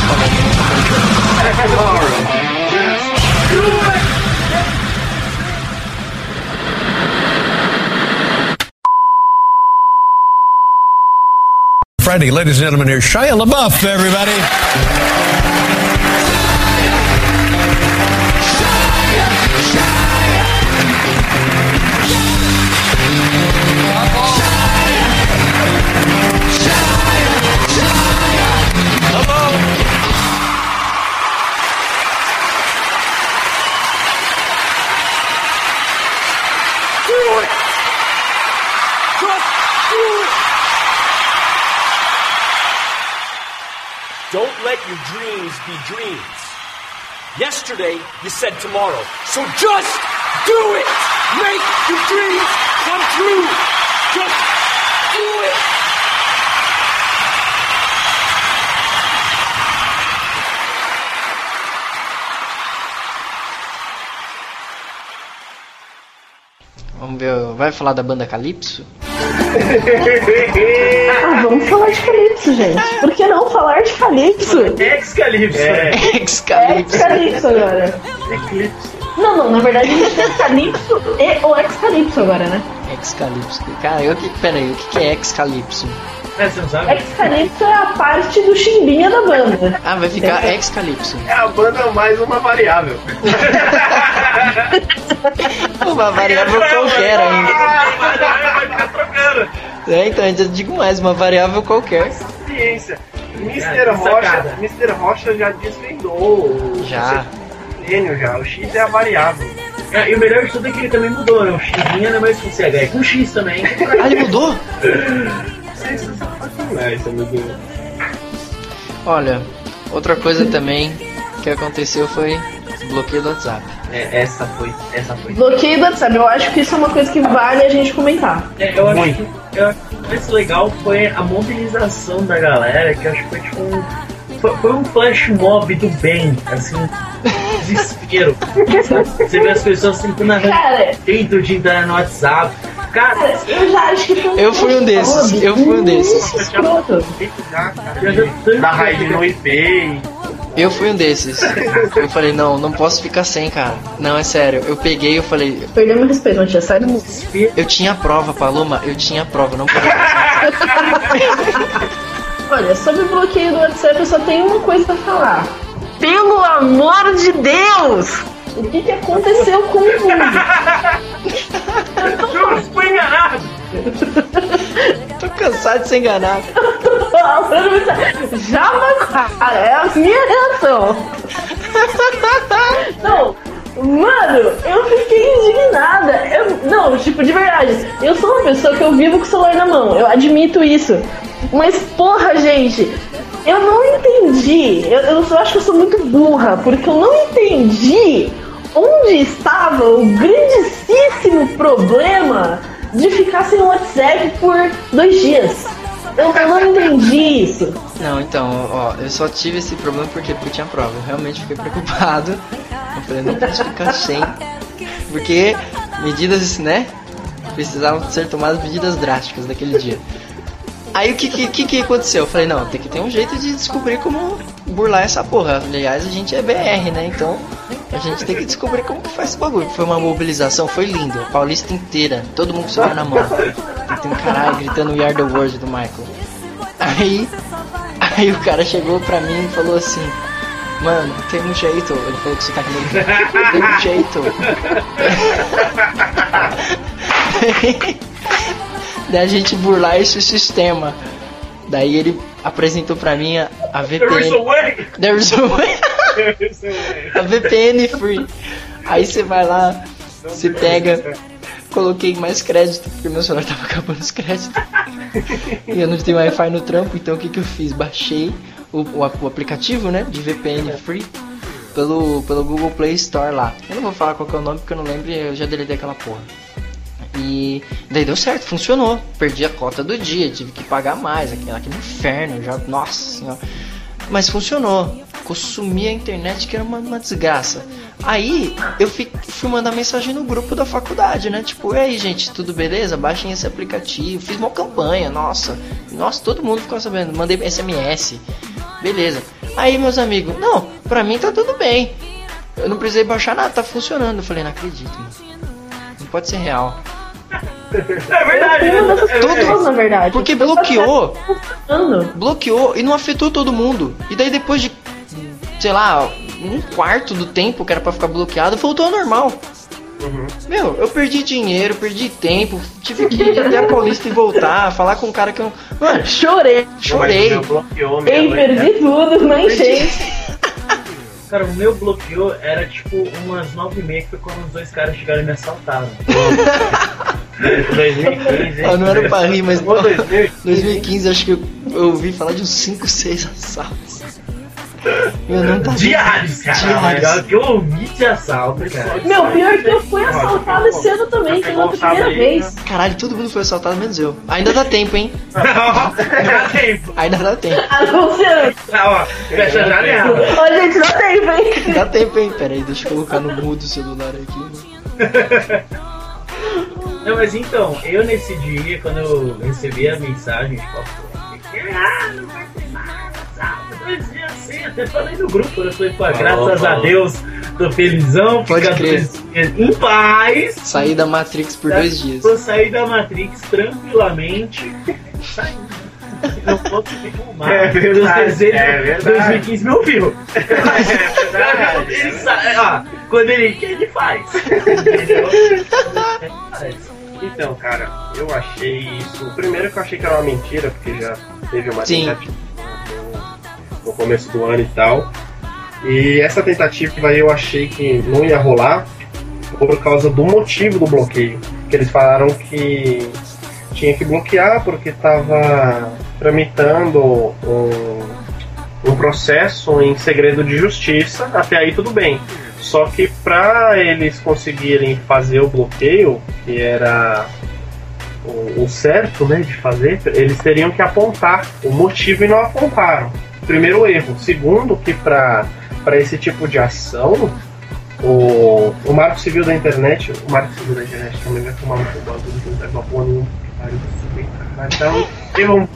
falando. Friday, ladies and gentlemen, here's Shia LaBeouf, everybody. Don't let your dreams be dreams. Yesterday, you said tomorrow. So just do it! Make your dreams come true! Just do it! Vamos ver, vai falar da banda Calypso? Vamos falar de Calypso, gente. Por que não falar de Calypso? Ex-Calypso. Ex-Calypso. Ex-Calypso agora. Não, na verdade a gente tem Calypso e o Ex-Calypso agora, né? Ex-Calypso. Cara, peraí, o que é Ex-Calypso? Você não sabe? Ex-Calypso é a parte do chimbinha da banda. Ah, vai ficar Ex-Calypso. É a banda mais uma variável. Uma variável qualquer ainda. Vai ficar trocando. Então, ainda digo mais, uma variável qualquer. Ciência. Mr. Rocha já desvendou. Já. Já. O X é a variável. E o melhor de tudo é que ele também mudou, né? O X não é mais com CH, é com X também. Ah, ele mudou? Isso é muito... Olha, outra coisa também que aconteceu foi o bloqueio do WhatsApp. Essa foi. Bloqueio do WhatsApp, eu acho que isso é uma coisa que vale a gente comentar. Eu acho que o mais legal foi a mobilização da galera, que eu acho que foi tipo foi um flash mob do bem, assim, desespero. Você vê as pessoas tentando arrancar dentro de entrar no WhatsApp. Cara, eu já acho que eu fui um desses. Da raid no IP. Eu fui um desses. Eu falei, não posso ficar sem, cara. Não, é sério. Eu peguei e eu falei... Perdeu meu respeito, não tinha sério? Eu tinha prova, Paloma. Eu tinha prova, não podia. Olha, sobre o bloqueio do WhatsApp, eu só tenho uma coisa pra falar. Pelo amor de Deus! O que aconteceu com o mundo? Eu fui enganado! Tô cansado de ser enganado. Já, cara, é a minha reação. Não, mano, eu fiquei indignada. Não, tipo, de verdade, eu sou uma pessoa que eu vivo com o celular na mão, eu admito isso. Mas, porra, gente, eu não entendi. Eu acho que eu sou muito burra, porque eu não entendi onde estava o grandíssimo problema de ficar sem o WhatsApp por 2 dias. Eu não entendi isso. Não, então, ó, eu só tive esse problema porque tinha prova. Eu realmente fiquei preocupado. Eu falei, não posso ficar sem. Porque medidas, né? Precisavam ser tomadas medidas drásticas naquele dia. Aí o que aconteceu? Eu falei, não, tem que ter um jeito de descobrir como burlar essa porra. Aliás, a gente é BR, né? Então a gente tem que descobrir como que faz esse bagulho. Foi uma mobilização, foi lindo. A Paulista inteira, todo mundo com o celular na mão. Tem um caralho gritando We Are The World do Michael. Aí o cara chegou pra mim e falou assim, mano, tem um jeito. Ele falou que você tá comigo. Tem um jeito. Da gente burlar esse sistema. Daí ele apresentou pra mim a VPN. There is a way. A VPN free. Aí você vai lá, você pega. Coloquei mais crédito, porque meu celular tava acabando os créditos. E eu não tenho Wi-Fi no trampo, então o que eu fiz? Baixei o aplicativo, né, de VPN free pelo Google Play Store lá. Eu não vou falar qual que é o nome, porque eu não lembro e eu já deletei aquela porra. E daí deu certo, funcionou. Perdi a cota do dia, tive que pagar mais, aquele inferno, já, nossa senhora. Mas funcionou. Consumi a internet, que era uma desgraça. Aí eu fui mandar mensagem no grupo da faculdade, né? Tipo, e aí, gente, tudo beleza? Baixem esse aplicativo. Fiz uma campanha, nossa, todo mundo ficou sabendo. Mandei SMS, beleza. Aí meus amigos, não, pra mim tá tudo bem. Eu não precisei baixar nada, tá funcionando. Eu falei, não acredito, mano. Não pode ser real. É verdade, tudo na verdade. Porque bloqueou e não afetou todo mundo. E daí depois de, sei lá, 1/4 do tempo que era pra ficar bloqueado, voltou ao normal. Meu, eu perdi dinheiro, perdi tempo, tive que ir até a Paulista e voltar, falar com um cara que eu... Mano, chorei. Ei, perdi tudo, não enchei. Cara, o meu bloqueou era tipo umas 9h30, que foi quando os 2 caras chegaram e me assaltaram. 2015, não era pra rir, mas 2015 acho que eu ouvi falar de uns 5, 6 assaltos. Meu, não tá Diários, cara. Diários. Que eu ouvi de assalto, cara. Meu, pior que eu fui assaltado esse ano também, pela primeira vez. Caralho, todo mundo foi assaltado, menos eu. Ainda dá tempo, hein? Dá tempo. Ainda dá tempo. Anunciando. Ó, fecha a janela. Ó, gente, dá tempo, hein? Dá tempo, hein? Pera aí, deixa eu colocar no mudo o celular aqui. Não, mas então, eu nesse dia, quando eu recebi a mensagem, tipo, não vai ter mais assalto, 2 dias assim, até falei no grupo, eu falei, pô, graças a Deus, tô felizão, Pode fica crer. 2 dias em paz. Saí da Matrix por 2 dias. Vou sair da Matrix tranquilamente, saindo. Não posso me filmar. É verdade, Dos desejos, é verdade. 2015 me ouviu. É verdade. Ele sabe, ó, quando ele quer, ele faz. Entendeu? Ele faz. Então, cara, eu achei isso. Primeiro que eu achei que era uma mentira, porque já teve uma Sim. tentativa no começo do ano e tal. E essa tentativa eu achei que não ia rolar por causa do motivo do bloqueio. Que eles falaram que tinha que bloquear porque estava tramitando um processo em segredo de justiça. Até aí tudo bem. Só que para eles conseguirem fazer o bloqueio, que era o certo, né, de fazer, eles teriam que apontar o motivo e não apontaram. Primeiro erro. Segundo, que para esse tipo de ação, o Marco Civil da Internet, também vai tomar muito bom, que não vai pôr nenhum. Então, eu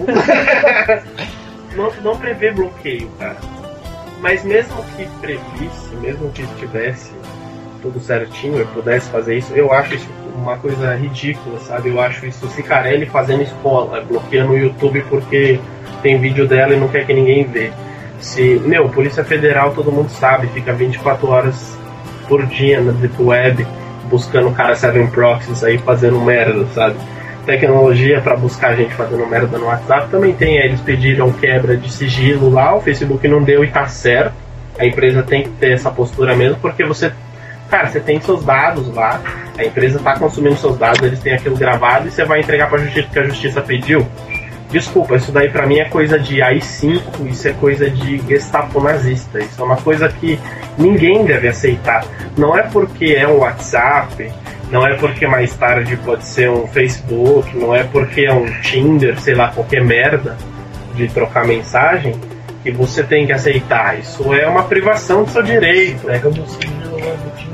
não prevê bloqueio, cara. Mas mesmo que previsse, mesmo que estivesse tudo certinho e pudesse fazer isso, eu acho isso uma coisa ridícula, sabe? Eu acho isso Cicarelli fazendo escola, bloqueando o YouTube porque tem vídeo dela e não quer que ninguém vê. Polícia Federal, todo mundo sabe, fica 24 horas por dia na Deep Web buscando o cara 7 Proxies aí fazendo merda, sabe? Tecnologia para buscar gente fazendo merda no WhatsApp também tem. Eles pediram quebra de sigilo lá, o Facebook não deu e tá certo. A empresa tem que ter essa postura mesmo, porque você tem seus dados lá, a empresa tá consumindo seus dados, eles têm aquilo gravado e você vai entregar pra justiça porque a justiça pediu. Desculpa, isso daí pra mim é coisa de AI-5, isso é coisa de Gestapo nazista, isso é uma coisa que ninguém deve aceitar. Não é porque é um WhatsApp, não é porque mais tarde pode ser um Facebook, não é porque é um Tinder, sei lá, qualquer merda de trocar mensagem, que você tem que aceitar. Isso é uma privação do seu direito. Pega o mocinho do Tinder.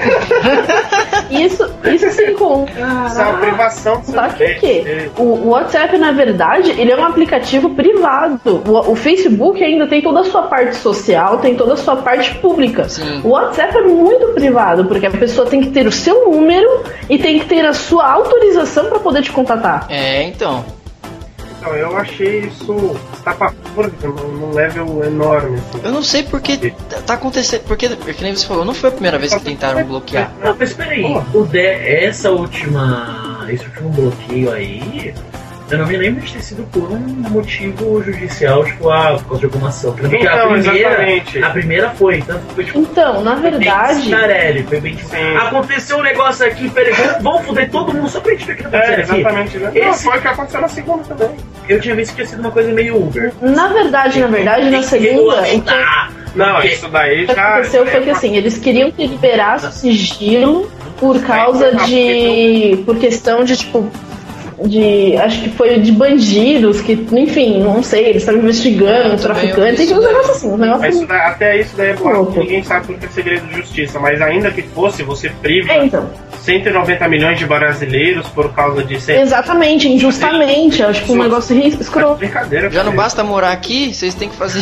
Isso sem conta. Isso é uma privação do seu Só que o direito. quê? O WhatsApp, na verdade, ele é um aplicativo privado. O Facebook ainda tem toda a sua parte social, tem toda a sua parte pública. Sim. O WhatsApp é muito privado, porque a pessoa tem que ter o seu número e tem que ter a sua autorização para poder te contatar. Então. Então, eu achei isso estapafúrdico, num level enorme. Assim. Eu não sei porque tá acontecendo. Porque nem você falou, não foi a primeira vez que tentaram bloquear. Não, mas peraí, esse último bloqueio aí, eu não me lembro de ter sido por um motivo judicial, tipo, por causa de alguma ação. Porque Exatamente. a primeira foi, tanto que foi tipo. Então, na verdade. Foi bem tipo, aconteceu um negócio aqui, peraí, vamos foder todo mundo só pra gente ver o que tá acontecendo aqui. Exatamente. Não, foi o que aconteceu na segunda também. Eu tinha visto que tinha sido uma coisa meio Uber. Na verdade, na segunda. Não, isso daí O que aconteceu foi que assim, eles queriam que liberasse o sigilo por causa por questão de tipo. Acho que foi de bandidos, que, enfim, não sei, eles estavam investigando, traficantes, tem que um negócio assim, um negócio mas até isso daí é bom, ninguém sabe porque é segredo de justiça, mas ainda que fosse, você priva 190 milhões de brasileiros por causa de... Exatamente, injustamente, acho que um negócio escroto. Brincadeira. Já não basta morar aqui, vocês têm que fazer...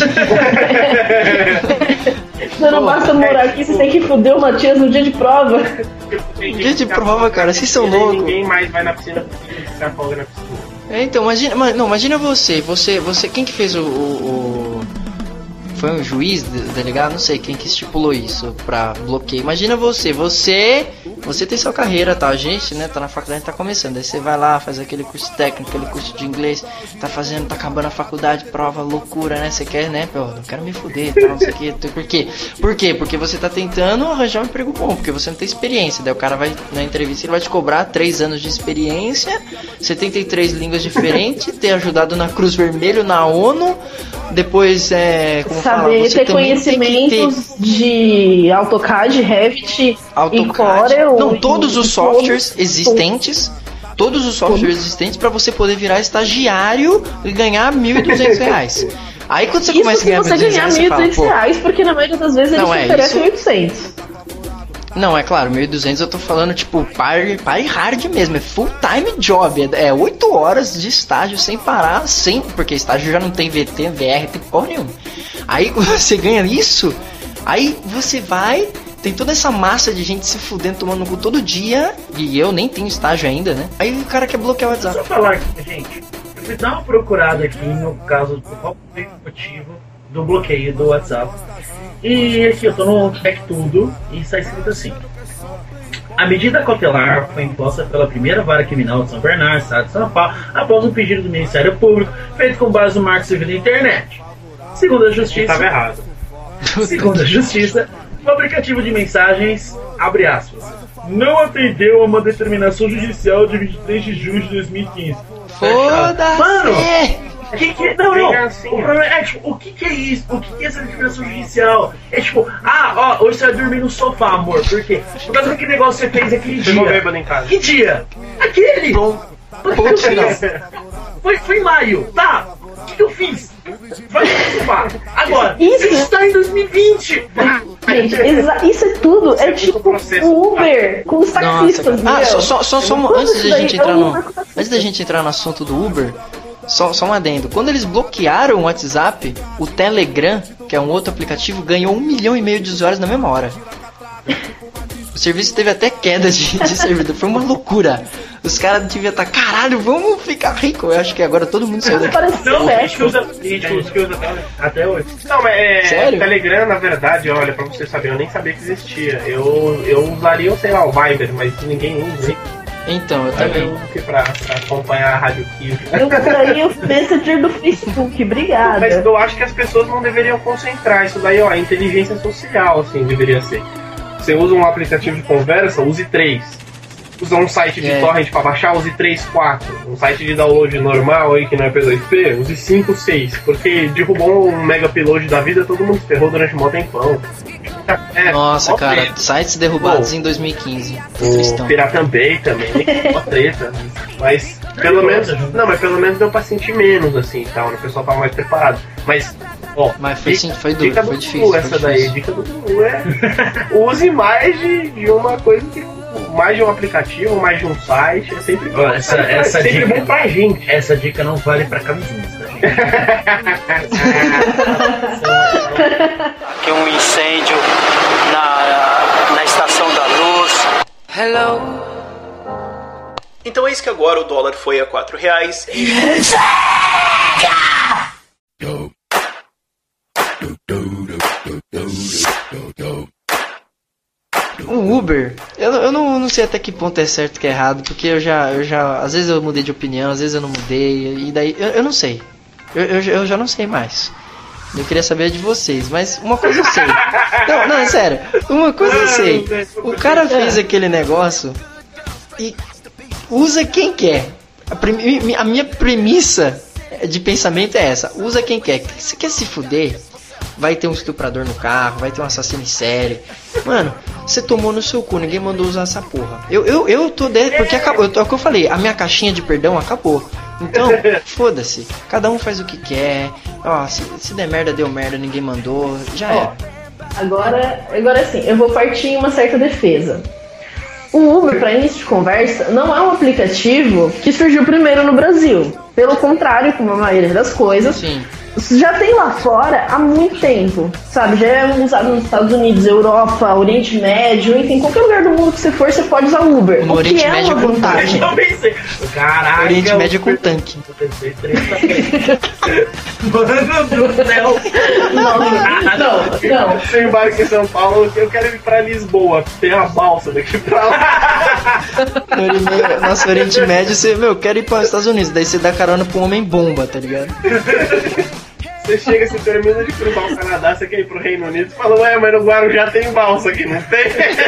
Já não basta morar aqui, vocês têm que foder o Matias no dia de prova. Dia de prova, cara, vocês são loucos. Ninguém mais vai na piscina porque se afoga na piscina. Então, imagina você, quem que fez foi um juiz, delegado, não sei quem que estipulou isso pra bloqueio. Imagina você você tem sua carreira, tá? A gente, né, tá na faculdade, tá começando. Aí você vai lá, faz aquele curso técnico, aquele curso de inglês, tá acabando a faculdade, prova, loucura, né? Você quer, né, pô, não quero me fuder, tal, não sei o quê. Por quê? Por quê? Porque você tá tentando arranjar um emprego bom, porque você não tem experiência. Daí o cara vai, na entrevista, ele vai te cobrar 3 anos de experiência, 73 línguas diferentes, ter ajudado na Cruz Vermelha, na ONU, depois, como saber você ter conhecimentos de AutoCAD, Revit e Corel. Não, todos os softwares existentes. Todos os softwares existentes para você poder virar estagiário e ganhar R$1.200. Aí quando você começa a ganhar R$1.200, você ganhar R$1.200, porque na maioria das vezes eles oferecem R$800. Não, é claro, 1.200 eu tô falando tipo party hard mesmo, é full time job, é 8 horas de estágio sem parar, sempre, porque estágio já não tem VT, VR, tem porra nenhuma. Aí você ganha isso, aí você vai, tem toda essa massa de gente se fudendo, tomando no cu todo dia, e eu nem tenho estágio ainda, né? Aí o cara quer bloquear o WhatsApp. Deixa eu falar aqui, gente, eu fui dar uma procurada aqui no caso do qual foi o motivo do bloqueio do WhatsApp. E aqui eu tô no Check Tudo e está escrito assim: a medida cautelar foi imposta pela primeira vara criminal de São Bernardo, estado de São Paulo, após um pedido do Ministério Público feito com base no Marco Civil da Internet. Segundo a Justiça, estava errado. Segundo a Justiça, o aplicativo de mensagens, abre aspas, não atendeu a uma determinação judicial de 23 de junho de 2015. Foda-se! Mano! Não. O problema é, tipo, o que é isso? O que é essa determinação judicial? É tipo, hoje você vai dormir no sofá, amor. Por quê? Por causa daquele negócio que você fez aquele dia. Bêbado em casa. Que dia? Aquele! Foi em maio, tá? O que eu fiz? Vai no sofá. Agora, isso está em 2020. Gente, isso é tudo. É tipo o Uber com os taxistas. Antes da gente entrar no assunto do Uber, só um adendo. Quando eles bloquearam o WhatsApp, o Telegram, que é um outro aplicativo, ganhou 1,5 milhão de usuários na mesma hora. O serviço teve até queda de servidor. Foi uma loucura. Os caras deviam estar, caralho, vamos ficar rico. Eu acho que agora todo mundo saiu daqui. Não, a gente usa até hoje. Não, mas sério? Telegram, na verdade, olha, pra você saber, eu nem sabia que existia. Eu usaria, sei lá, o Viber, mas ninguém usa. Então, eu também. Eu fui pra acompanhar a Rádio Kill. Eu usaria o Messenger do Facebook, obrigada. Mas eu acho que as pessoas não deveriam concentrar isso daí, ó, inteligência social, assim, deveria ser. Você usa um aplicativo de conversa, use 3. Usa um site de torrent pra baixar, use 3, 4. Um site de download normal aí, que não é P2P, use 5, 6. Porque derrubou um mega upload da vida, todo mundo ferrou durante um mó tempão. Nossa, cara, sites derrubados em 2015. O Pirata Bay também, mó treta. Mas pelo menos. Não, mas pelo menos deu pra sentir menos, assim, tal, né? O pessoal tava mais preparado. Mas foi duro, dica foi do difícil. Dudu, essa daí, dica do Dudu use mais de uma coisa que. Mais de um aplicativo, mais de um site, é sempre bom. Essa sempre dica bom pra gente. Essa dica não vale pra camisinhas, tá, gente? Aqui um incêndio na Estação da Luz. Hello. Então é isso que agora o dólar foi a R$4. O Uber, eu não sei até que ponto é certo que é errado, porque eu já às vezes eu mudei de opinião, às vezes eu não mudei, e daí eu não sei. Eu já não sei mais. Eu queria saber de vocês, mas uma coisa eu sei. Não, é sério. Uma coisa eu sei. O cara fez aquele negócio e usa quem quer. A minha premissa de pensamento é essa. Usa quem quer. Se quer se fuder, vai ter um estuprador no carro, vai ter um assassino em série. Mano, você tomou no seu cu, ninguém mandou usar essa porra. Eu tô dentro, porque acabou. É o que eu falei, a minha caixinha de perdão acabou. Então, foda-se. Cada um faz o que quer. Ó, se der merda, deu merda, ninguém mandou. Já era. Agora sim, eu vou partir em uma certa defesa. O Uber, para início de conversa, não é um aplicativo que surgiu primeiro no Brasil. Pelo contrário, como a maioria das coisas, já tem lá fora há muito tempo, sabe? Já é usado nos Estados Unidos, Europa, Oriente Médio, enfim, qualquer lugar do mundo que você for, você pode usar Uber. No Oriente Médio uma vantagem. Eu pensei, caraca. Oriente Médio com tanque. Mano do céu. Não. Se eu embarco em São Paulo, eu quero ir pra Lisboa. Tem a balsa daqui pra lá. Nossa, Oriente Médio, você, quero ir para os Estados Unidos. Daí você dá carona pro homem bomba, tá ligado? Você chega, você termina de cruzar o Canadá, você quer ir pro Reino Unido e fala, ué, mas no Guarujá tem balsa aqui, não tem?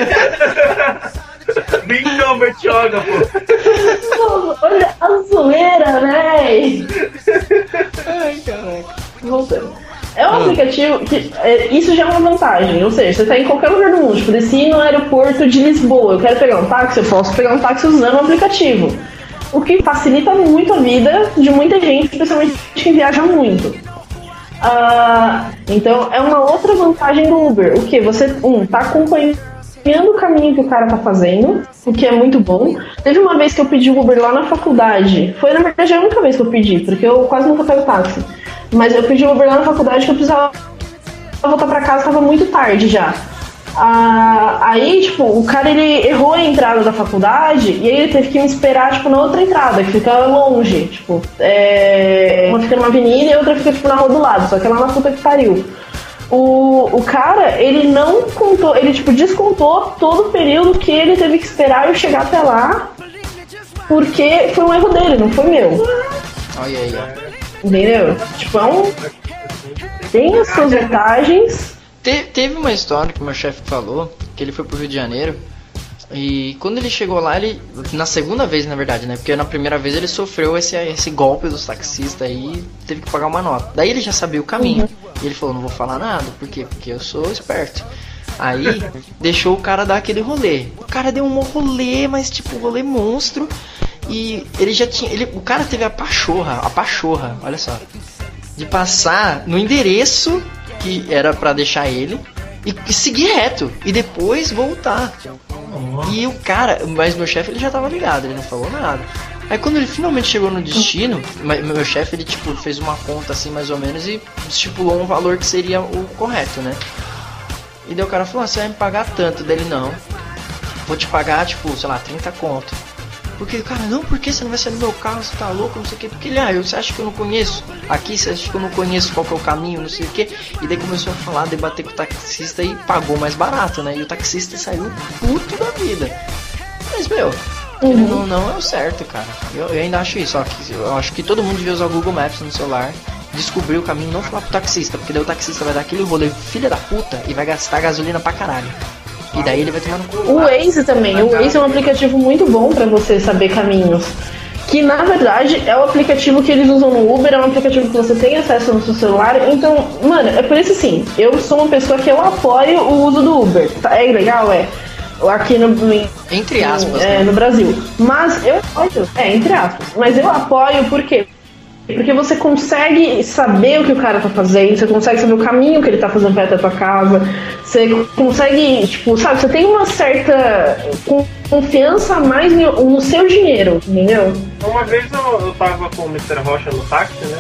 Bingão, Bertioga, pô. Olha a zoeira, véi. Ai, caraca. Voltando. É um aplicativo que... isso já é uma vantagem, ou seja, você tá em qualquer lugar do mundo, tipo, desci no aeroporto de Lisboa, eu quero pegar um táxi, eu posso pegar um táxi usando o aplicativo. O que facilita muito a vida de muita gente, especialmente quem viaja muito. Então, é uma outra vantagem do Uber. O que? Você, tá acompanhando o caminho que o cara tá fazendo, o que é muito bom. Teve uma vez que eu pedi Uber lá na faculdade. Foi, na verdade, a única vez que eu pedi, porque eu quase nunca pego táxi. Mas eu pedi Uber lá na faculdade que eu precisava voltar pra casa, tava muito tarde já. Aí, tipo, o cara, ele errou a entrada da faculdade e aí ele teve que me esperar, tipo, na outra entrada, que fica longe, tipo, uma fica numa avenida e a outra fica, tipo, na rua do lado, só que é lá na puta que pariu. O cara, ele não contou, ele, tipo, descontou todo o período que ele teve que esperar eu chegar até lá, porque foi um erro dele, não foi meu. Olha aí, ó. Entendeu? Tipo, tem as suas vantagens. Teve uma história que o meu chefe falou, que ele foi pro Rio de Janeiro, e quando ele chegou lá, na segunda vez, na verdade, né, porque na primeira vez ele sofreu esse golpe dos taxistas e teve que pagar uma nota. Daí ele já sabia o caminho, e ele falou, não vou falar nada, por quê? Porque eu sou esperto. Aí, deixou o cara dar aquele rolê. O cara deu um rolê, mas tipo, um rolê monstro, e ele já tinha, o cara teve a pachorra, olha só, de passar no endereço que era pra deixar ele e seguir reto e depois voltar. E o cara, mas meu chefe, ele já tava ligado, ele não falou nada. Aí quando ele finalmente chegou no destino, meu chefe, ele tipo fez uma conta assim mais ou menos e estipulou um valor que seria o correto, né? E daí o cara falou, você vai me pagar tanto? Dele, não, vou te pagar tipo, sei lá, 30 conto. Porque, cara, não, porque você não vai sair no meu carro, você tá louco, não sei o que. Porque ele, você acha que eu não conheço? Aqui, você acha que eu não conheço qual que é o caminho, não sei o que. E daí começou a falar, debater com o taxista e pagou mais barato, né? E o taxista saiu puto da vida. Mas, não é o certo, cara. Eu ainda acho isso, ó. Eu acho que todo mundo devia usar o Google Maps no celular, descobrir o caminho, não falar pro taxista. Porque daí o taxista vai dar aquele rolê, filha da puta, e vai gastar gasolina pra caralho. E daí ele vai tomar no cu. O Waze também. O Waze é um aplicativo muito bom pra você saber caminhos. Que na verdade é o aplicativo que eles usam no Uber, é um aplicativo que você tem acesso no seu celular. Então, mano, é por isso assim, eu sou uma pessoa que eu apoio o uso do Uber. É legal, aqui entre aspas, no Brasil. Mas eu apoio, entre aspas. Mas eu apoio por quê? Porque você consegue saber o que o cara tá fazendo, você consegue saber o caminho que ele tá fazendo perto da tua casa, você consegue, tipo, sabe, você tem uma certa confiança a mais no seu dinheiro, entendeu? Uma vez eu tava com o Mr. Rocha no táxi, né,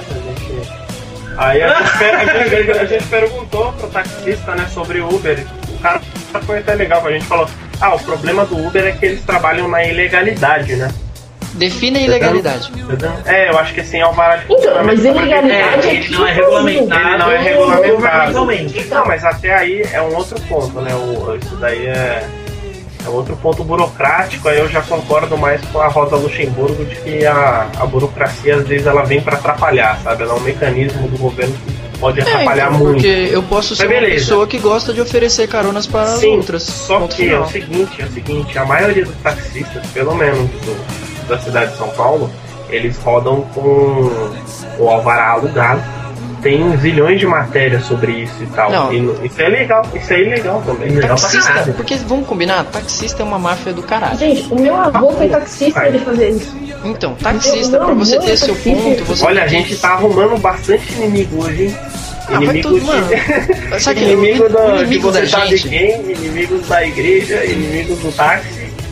aí a gente perguntou pro taxista, né, sobre o Uber. O cara foi até legal, a gente falou, o problema do Uber é que eles trabalham na ilegalidade, né? Defina a ilegalidade. Eu acho que assim é o alvará de funcionamento. Mas ilegalidade ele não é regulamentado. Ele não é regulamentado. Não, mas até aí é um outro ponto, né? Isso daí é outro ponto burocrático. Aí eu já concordo mais com a Rosa Luxemburgo de que a burocracia às vezes ela vem para atrapalhar, sabe? Ela é um mecanismo do governo que pode atrapalhar então, muito. Porque eu posso ser uma pessoa que gosta de oferecer caronas para as outras. Só que é o seguinte, a maioria dos taxistas, pelo menos da cidade de São Paulo, eles rodam com o alvará alugado. Tem zilhões de matérias sobre isso e tal. Isso é legal, isso é ilegal também. Taxista, porque vamos combinar, taxista é uma máfia do caralho. Gente, o meu avô foi taxista, ele fazia isso. Então, taxista, pra você ter seu ponto, você... Olha, a gente tá arrumando bastante inimigo hoje, hein? Inimigos Sabe inimigo de você sabe quem? Inimigos da igreja, inimigos do táxi.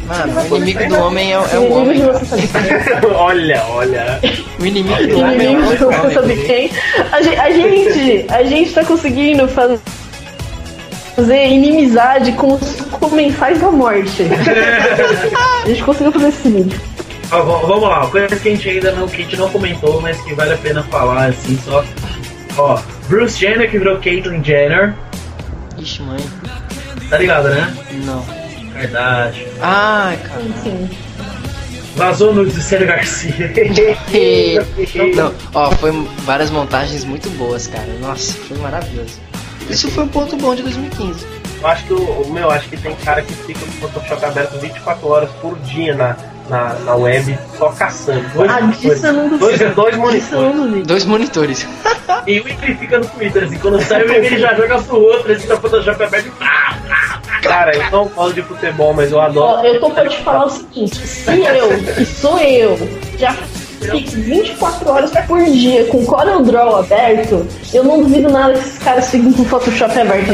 Mano, o inimigo do homem é o Inimigo homem. de você sabe quem. Olha. O inimigo do homem é Inimigo de o você homem. sabe quem. A gente tá conseguindo fazer inimizade com os comensais da morte. A gente conseguiu fazer esse vídeo. Ó, vamos lá, coisa que a gente não comentou, mas que vale a pena falar, assim, só. Ó, Bruce Jenner que virou Caitlyn Jenner. Ixi, mãe. Tá ligado, né? Não. Verdade. Ai, cara. Sim. Vazou nudes do Célio Garcia. Não, ó, foi várias montagens muito boas, cara. Nossa, foi maravilhoso. Isso foi um ponto bom de 2015. Eu acho que acho que tem cara que fica com o Photoshop aberto 24 horas por dia na web só caçando. Disso eu não duvido. Dois monitores. 2 monitores. E o ele fica no Twitter, assim, quando sai o meme ele já joga pro outro, assim, tá Photoshop aberto e Cara, eu não falo de futebol, mas eu adoro. Ó, eu tô pra te falar o seguinte, se eu, que sou eu, já fico 24 horas por dia com Corel Draw aberto, eu não duvido nada que esses caras fiquem com o Photoshop aberto.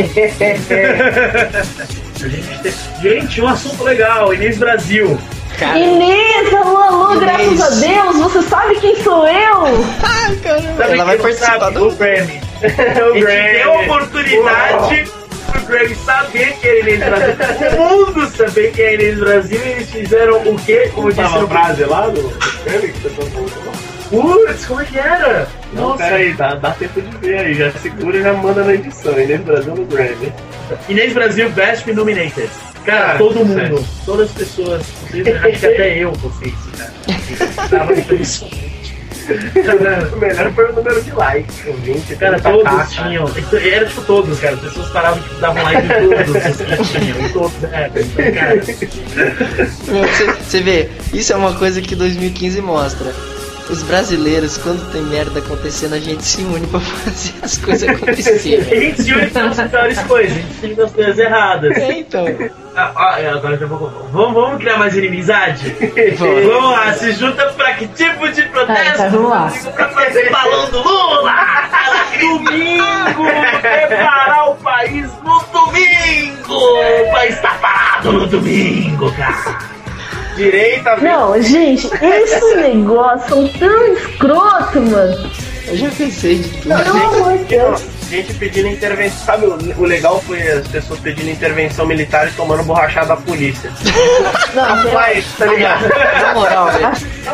Gente, um assunto legal, Inês Brasil. Cara, Inês, alô, graças a Deus, você sabe quem sou eu? ai, caramba. Sabe Ela vai quem participar sabe? do O Grammy. A gente deu a oportunidade pro Grammy saber que é Inês Brasil. O mundo saber que é Inês Brasil e eles fizeram o quê? Como disse Tava no frase lá do Grammy que você tá falando? Putz, como é que era? Não, peraí, dá tempo de ver aí, já segura e já manda na edição. Inês Brasil no Grammy. Inês Brasil Best Nominated. Cara, todo mundo, sério. todas as pessoas, acho que até eu postei isso, cara. Tava impressionante. O melhor foi o número de likes, com 20. Cara, todos tinham. Era tipo todos, cara. As pessoas paravam e davam like em todos os que tinham. Em todos, né? Então, cara. Você vê, isso é uma coisa que 2015 mostra. Os brasileiros, quando tem merda acontecendo, a gente se une pra fazer as coisas A acontecerem. gente se une para as piores coisas, a gente se une das coisas erradas. É, então. Agora já vamos criar mais inimizade? Vamos lá, se junta pra que tipo de protesto? Tá, vamos lá. Pra fazer balão do Lula! Domingo! Preparar o país no domingo! O país tá parado no domingo, cara! Direita, Não, gente, esse negócio são tão escroto, mano. Eu já pensei de tudo. Pelo amor de Deus. gente pedindo intervenção. Sabe o legal foi as pessoas pedindo intervenção militar e tomando borrachada da polícia. Não, Fly, tá ligado? Na moral, velho.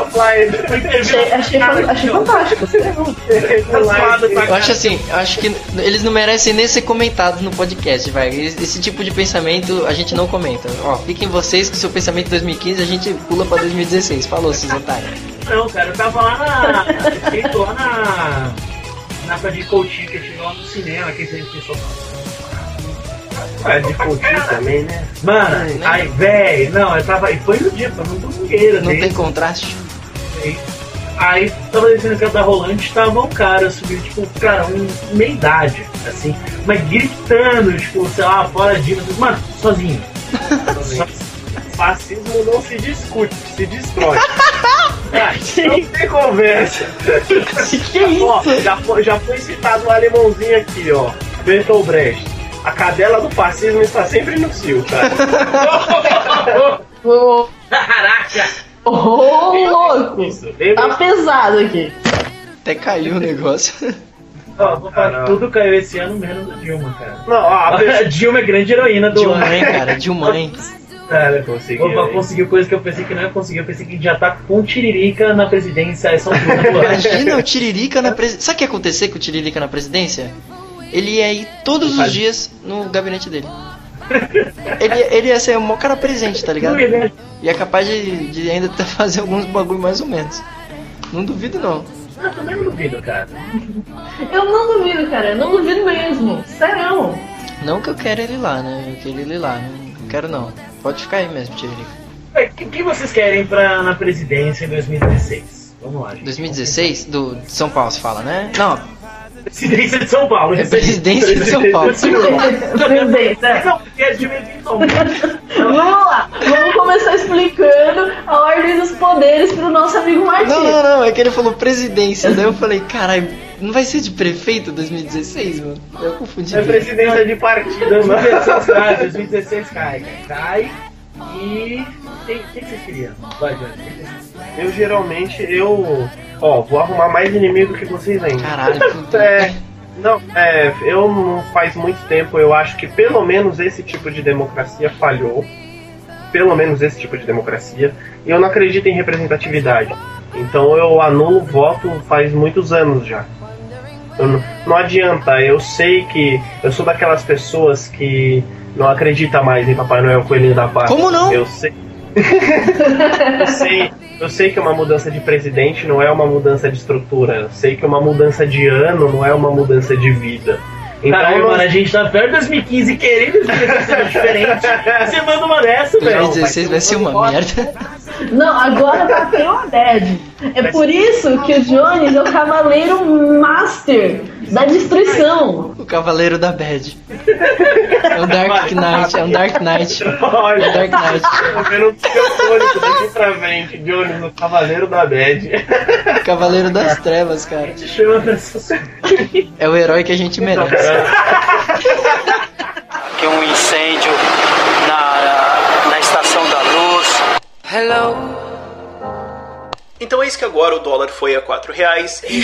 achei fantástico. Eu acho assim, acho que eles não merecem nem ser comentados no podcast, vai. Esse tipo de pensamento a gente não comenta. Ó, fiquem vocês com o seu pensamento de 2015, a gente pula pra 2016. Falou, seus otários. Não, cara, eu tava lá na época de Coutinho, que eu chegou lá no cinema, que a gente pensou. De Coutinho também, né? Mano, aí, véi, não, eu tava. E foi no dia, foi no domingueira, Não tem contraste? Aí tava descendo a escada rolante, tava um cara subindo, tipo, cara, meia idade, assim, mas gritando, tipo, sei lá, fora de mano, sozinho. Fascismo não se discute, se destrói. Não tem conversa. Que isso? Ó, já foi citado um alemãozinho aqui, ó. Bertolt Brecht. A cadela do fascismo está sempre no cio, cara. Caraca! Ô, louco! Tá pesado aqui. Até caiu o negócio. Ó, vou falar, tudo caiu esse ano menos a Dilma, cara. Não, ó, A Dilma é grande heroína do Dilma, ano. cara, Dilma. Cara, conseguiu. Conseguiu coisa que eu pensei que não ia conseguir. Eu pensei que já tá com o Tiririca na presidência. Essa altura. Imagina o Tiririca na presidência. Sabe o que ia acontecer com o Tiririca na presidência? Ele ia ir todos os dias no gabinete dele. Ele ia ser o maior cara presente, tá ligado? E é capaz de ainda fazer alguns bagulho mais ou menos. Não duvido, não. Eu também não duvido, cara. Eu não duvido, cara. Eu não duvido mesmo. Sério. Não que eu quero ele lá, né? Eu quero ele lá. Não quero, não. Pode ficar aí mesmo, Tiririca. O que vocês querem na presidência em 2016? Vamos lá, gente. 2016? De São Paulo, se fala, né? Não. Presidência de São Paulo. É presidência de São Paulo. Presidência. Não, porque é de São Paulo. Vamos lá. Vamos começar explicando a ordem dos poderes pro nosso amigo Martins. Não. É que ele falou presidência. Daí eu falei, caralho, não vai ser de prefeito 2016, mano? Eu confundi. É presidência de partido, 2016 cai. 2016 cai. Cai e Quem vocês queriam? Vai, Johnny. Eu geralmente, vou arrumar mais inimigo que vocês ainda. Caralho, eu não faz muito tempo, eu acho que pelo menos esse tipo de democracia falhou. Pelo menos esse tipo de democracia. E eu não acredito em representatividade. Então eu anulo o voto faz muitos anos já. Não adianta, eu sei que eu sou daquelas pessoas que não acredita mais em Papai Noel Coelhinho da Páscoa. Como não? Eu sei. Eu sei que uma mudança de presidente não é uma mudança de estrutura. Eu sei que uma mudança de ano não é uma mudança de vida. Então, caralho, mano, a gente tá perto de 2015 querendo ser diferente. Você manda uma dessa, velho. 2016 vai ser uma merda. Não, agora tá tendo uma bad. É por isso que o Jones é o cavaleiro master da destruição. O cavaleiro da bad. É um Dark Knight, é um Dark Knight. Olha, Dark Knight. Eu vendo o seu fôlego daqui pra frente, Jones, o cavaleiro da bad. Cavaleiro das trevas, cara. Te chama pra essa... É o herói que a gente merece. Que um incêndio na estação da luz. Hello. Então é isso que agora o dólar foi a R$4 e...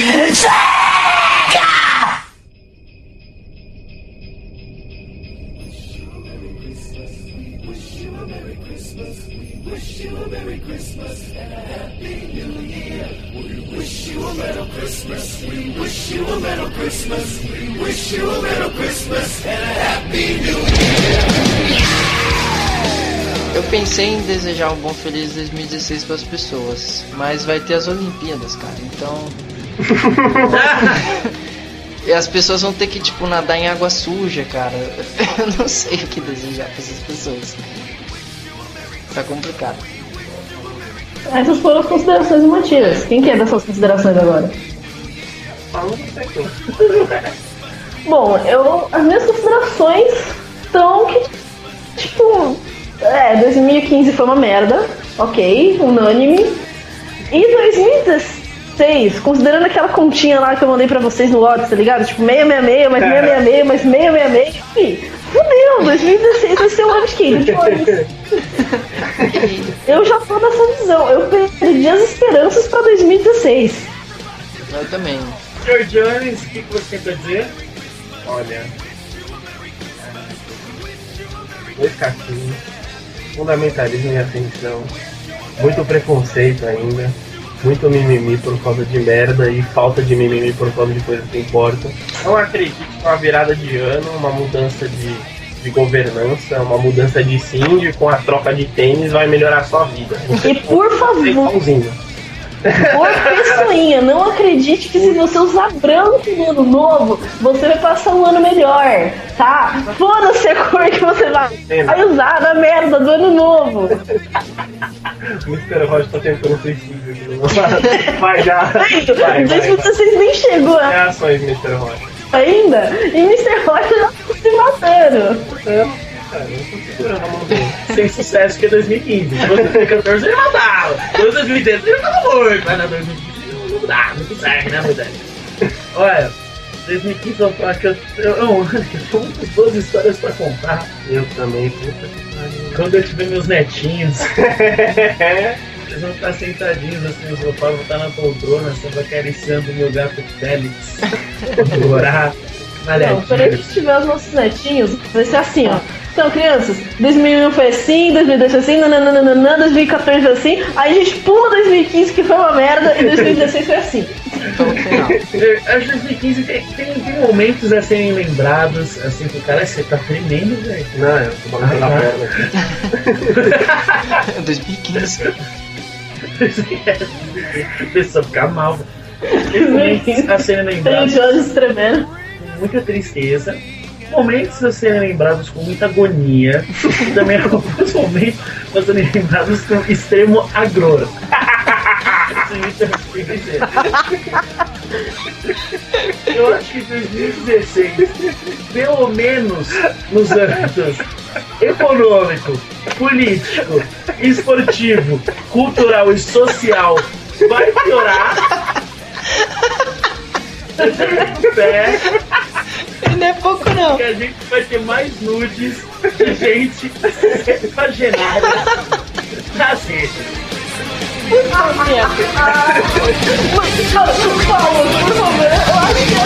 Eu pensei em desejar um bom feliz 2016 para as pessoas, mas vai ter as Olimpíadas, cara, então... E as pessoas vão ter que, tipo, nadar em água suja, cara. Eu não sei o que desejar para essas pessoas. Tá complicado. Essas foram as considerações emotivas. Quem que é dessas considerações agora? Bom, as minhas considerações estão que, tipo, 2015 foi uma merda, ok, unânime. E 2016, considerando aquela continha lá que eu mandei pra vocês no WhatsApp, tá ligado? Tipo, 666, mais 666, mais 666, enfim, fudeu, 2016 vai ser o ano de Jones. Eu já tô nessa visão, eu perdi as esperanças pra 2016. Eu também. Sr. Jones, o que você tem pra dizer? Olha, 2 caquinhos, fundamentalismo e atenção, muito preconceito ainda, muito mimimi por causa de merda e falta de mimimi por causa de coisas que importam. Não acredito que uma virada de ano, uma mudança de governança, uma mudança de síndico com a troca de tênis vai melhorar a sua vida. E por favor, por pessoinha, não acredite que se você usar branco no ano novo, você vai passar um ano melhor, tá? Foda-se a cor que você vai usar na merda do ano novo. O Mr. Rocha tá tentando suicídio. Vai já. Vai, 2016 nem chegou. Reações, Mr. Rocha. Ainda? E Mr. Rocha já tá se matando. Cara, eu tô segurando a mão dele. Sem sucesso que é 2015. Se 2014 ele matava. 2013 ele tava morto. Mas na 2015 não dá, não consegue, né, moleque? Olha, 2015 eu acho que eu tenho muitas boas histórias pra contar. Eu também, puta que pariu. Quando eu tiver meus netinhos, eles vão estar sentadinhos assim no sofá, vão estar na poltrona, sempre acariciando o meu gato Félix. Chorar. Não, quando a gente tiver os nossos netinhos, vai ser assim, ó. Então, crianças, 2001 foi assim, 2002 foi assim, nananana, 2014 foi assim, aí a gente pula 2015 que foi uma merda e 2016 foi assim. Acho que 2015 tem momentos a serem lembrados, assim, que o cara, você tá tremendo, velho. Não, eu tô batendo na perna. 2015. A pessoa ficar mal. Tem momentos a serem lembrados. Tem Jones tremendo. Com muita tristeza. Momentos a serem lembrados com muita agonia. E também alguns momentos a serem lembrados com extremo agror. Eu acho que 2016, pelo menos nos âmbitos econômico, político, esportivo, cultural e social, vai piorar. Não é pouco não. Que a gente vai ter mais nudes de gente imaginária. nas redes. Cara, por favor, eu acho que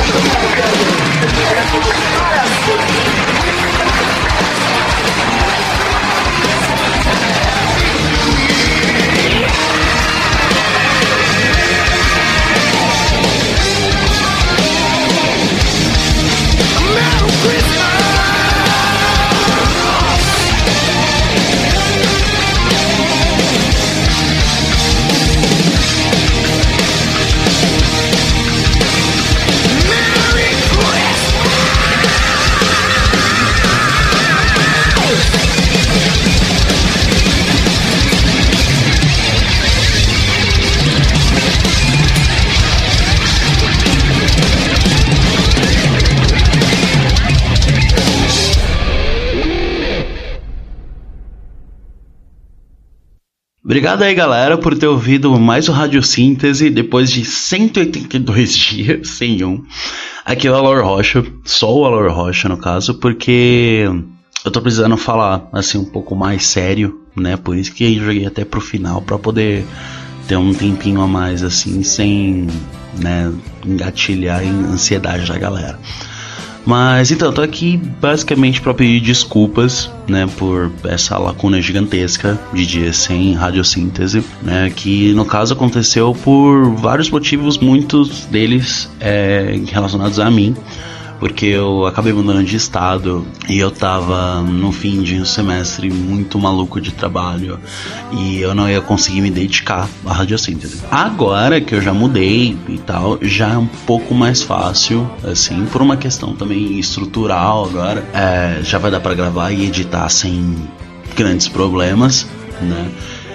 Obrigado aí, galera, por ter ouvido mais o Radiosíntese depois de 182 dias sem um. Aqui é o Alor Rocha, só o Alor Rocha no caso, porque eu tô precisando falar assim um pouco mais sério, né? Por isso que eu joguei até pro final, pra poder ter um tempinho a mais assim, sem, né, engatilhar em ansiedade da galera. Mas então, eu tô aqui basicamente para pedir desculpas, né, por essa lacuna gigantesca de dias sem Radiosíntese, né, que no caso aconteceu por vários motivos, muitos deles relacionados a mim, porque eu acabei mudando de estado e eu tava no fim de um semestre muito maluco de trabalho e eu não ia conseguir me dedicar à Radiosíntese. Agora que eu já mudei e tal, já é um pouco mais fácil, assim, por uma questão também estrutural agora, já vai dar pra gravar e editar sem grandes problemas, né?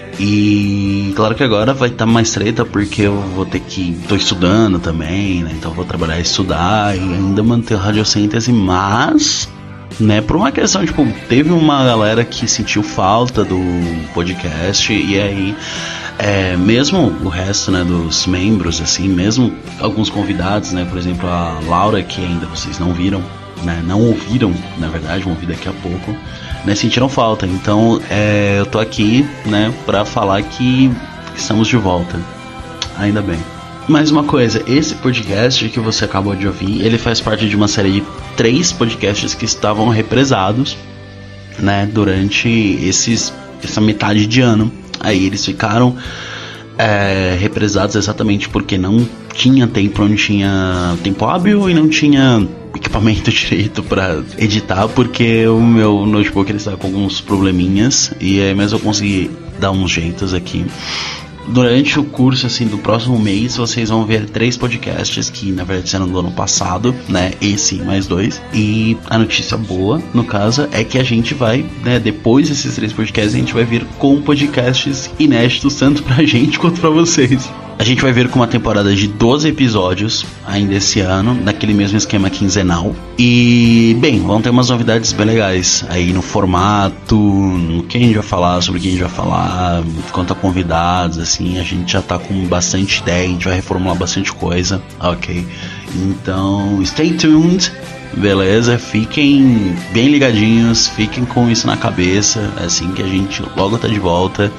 E claro que agora vai estar mais treta porque eu vou ter que... tô estudando também, né? Então eu vou trabalhar e estudar e ainda manter a Radiosíntese, mas... né, por uma questão, tipo, teve uma galera que sentiu falta do podcast e aí... mesmo o resto, né, dos membros, assim, mesmo alguns convidados, né? Por exemplo, a Laura, que ainda vocês não viram, né? Não ouviram, na verdade, vão ouvir daqui a pouco... né, sentiram falta, então eu tô aqui, né, pra falar que estamos de volta, ainda bem. Mais uma coisa, esse podcast que você acabou de ouvir, ele faz parte de uma série de 3 podcasts que estavam represados, né, durante essa metade de ano. Aí eles ficaram represados exatamente porque não tinha tempo, não tinha tempo hábil e não tinha equipamento direito para editar, porque o meu notebook ele está com alguns probleminhas e mas eu consegui dar uns jeitos aqui. Durante o curso, assim, do próximo mês, vocês vão ver 3 podcasts que, na verdade, serão do ano passado, né? Esse mais 2. E a notícia boa, no caso, é que a gente vai, né? Depois desses 3 podcasts, a gente vai vir com podcasts inéditos, tanto pra gente quanto pra vocês. A gente vai vir com uma temporada de 12 episódios ainda esse ano, naquele mesmo esquema quinzenal. E, bem, vão ter umas novidades bem legais aí no formato, no que a gente vai falar, sobre o que a gente vai falar, quanto a convidados, assim, a gente já tá com bastante ideia, a gente vai reformular bastante coisa, ok? Então, stay tuned, beleza? Fiquem bem ligadinhos, fiquem com isso na cabeça, assim que a gente logo tá de volta.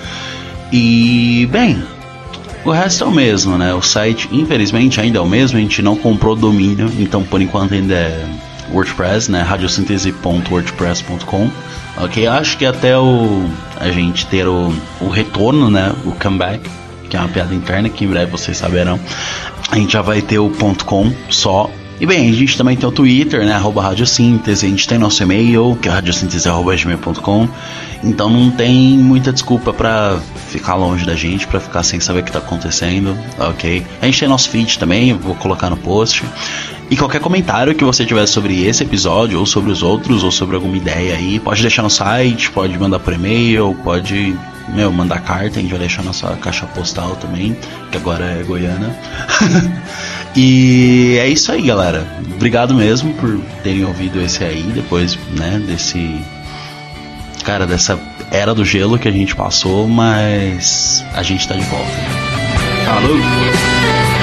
E, bem... o resto é o mesmo, né? O site, infelizmente, ainda é o mesmo. A gente não comprou domínio, então por enquanto ainda é WordPress, né? Radiosíntese.wordpress.com. Ok? Acho que até a gente ter o retorno, né? O comeback, que é uma piada interna que em breve vocês saberão. A gente já vai ter o .com só. E bem, a gente também tem o Twitter, né? @Radiosíntese. A gente tem nosso e-mail, que é radiosíntese@gmail.com. Então não tem muita desculpa pra ficar longe da gente, pra ficar sem saber o que tá acontecendo, ok? A gente tem nosso feed também, eu vou colocar no post. E qualquer comentário que você tiver sobre esse episódio, ou sobre os outros, ou sobre alguma ideia aí, pode deixar no site, pode mandar por e-mail, pode, mandar carta, a gente vai deixar nossa caixa postal também, que agora é Goiânia. E é isso aí, galera. Obrigado mesmo por terem ouvido esse aí, depois, né, dessa era do gelo que a gente passou, mas a gente tá de volta. Falou!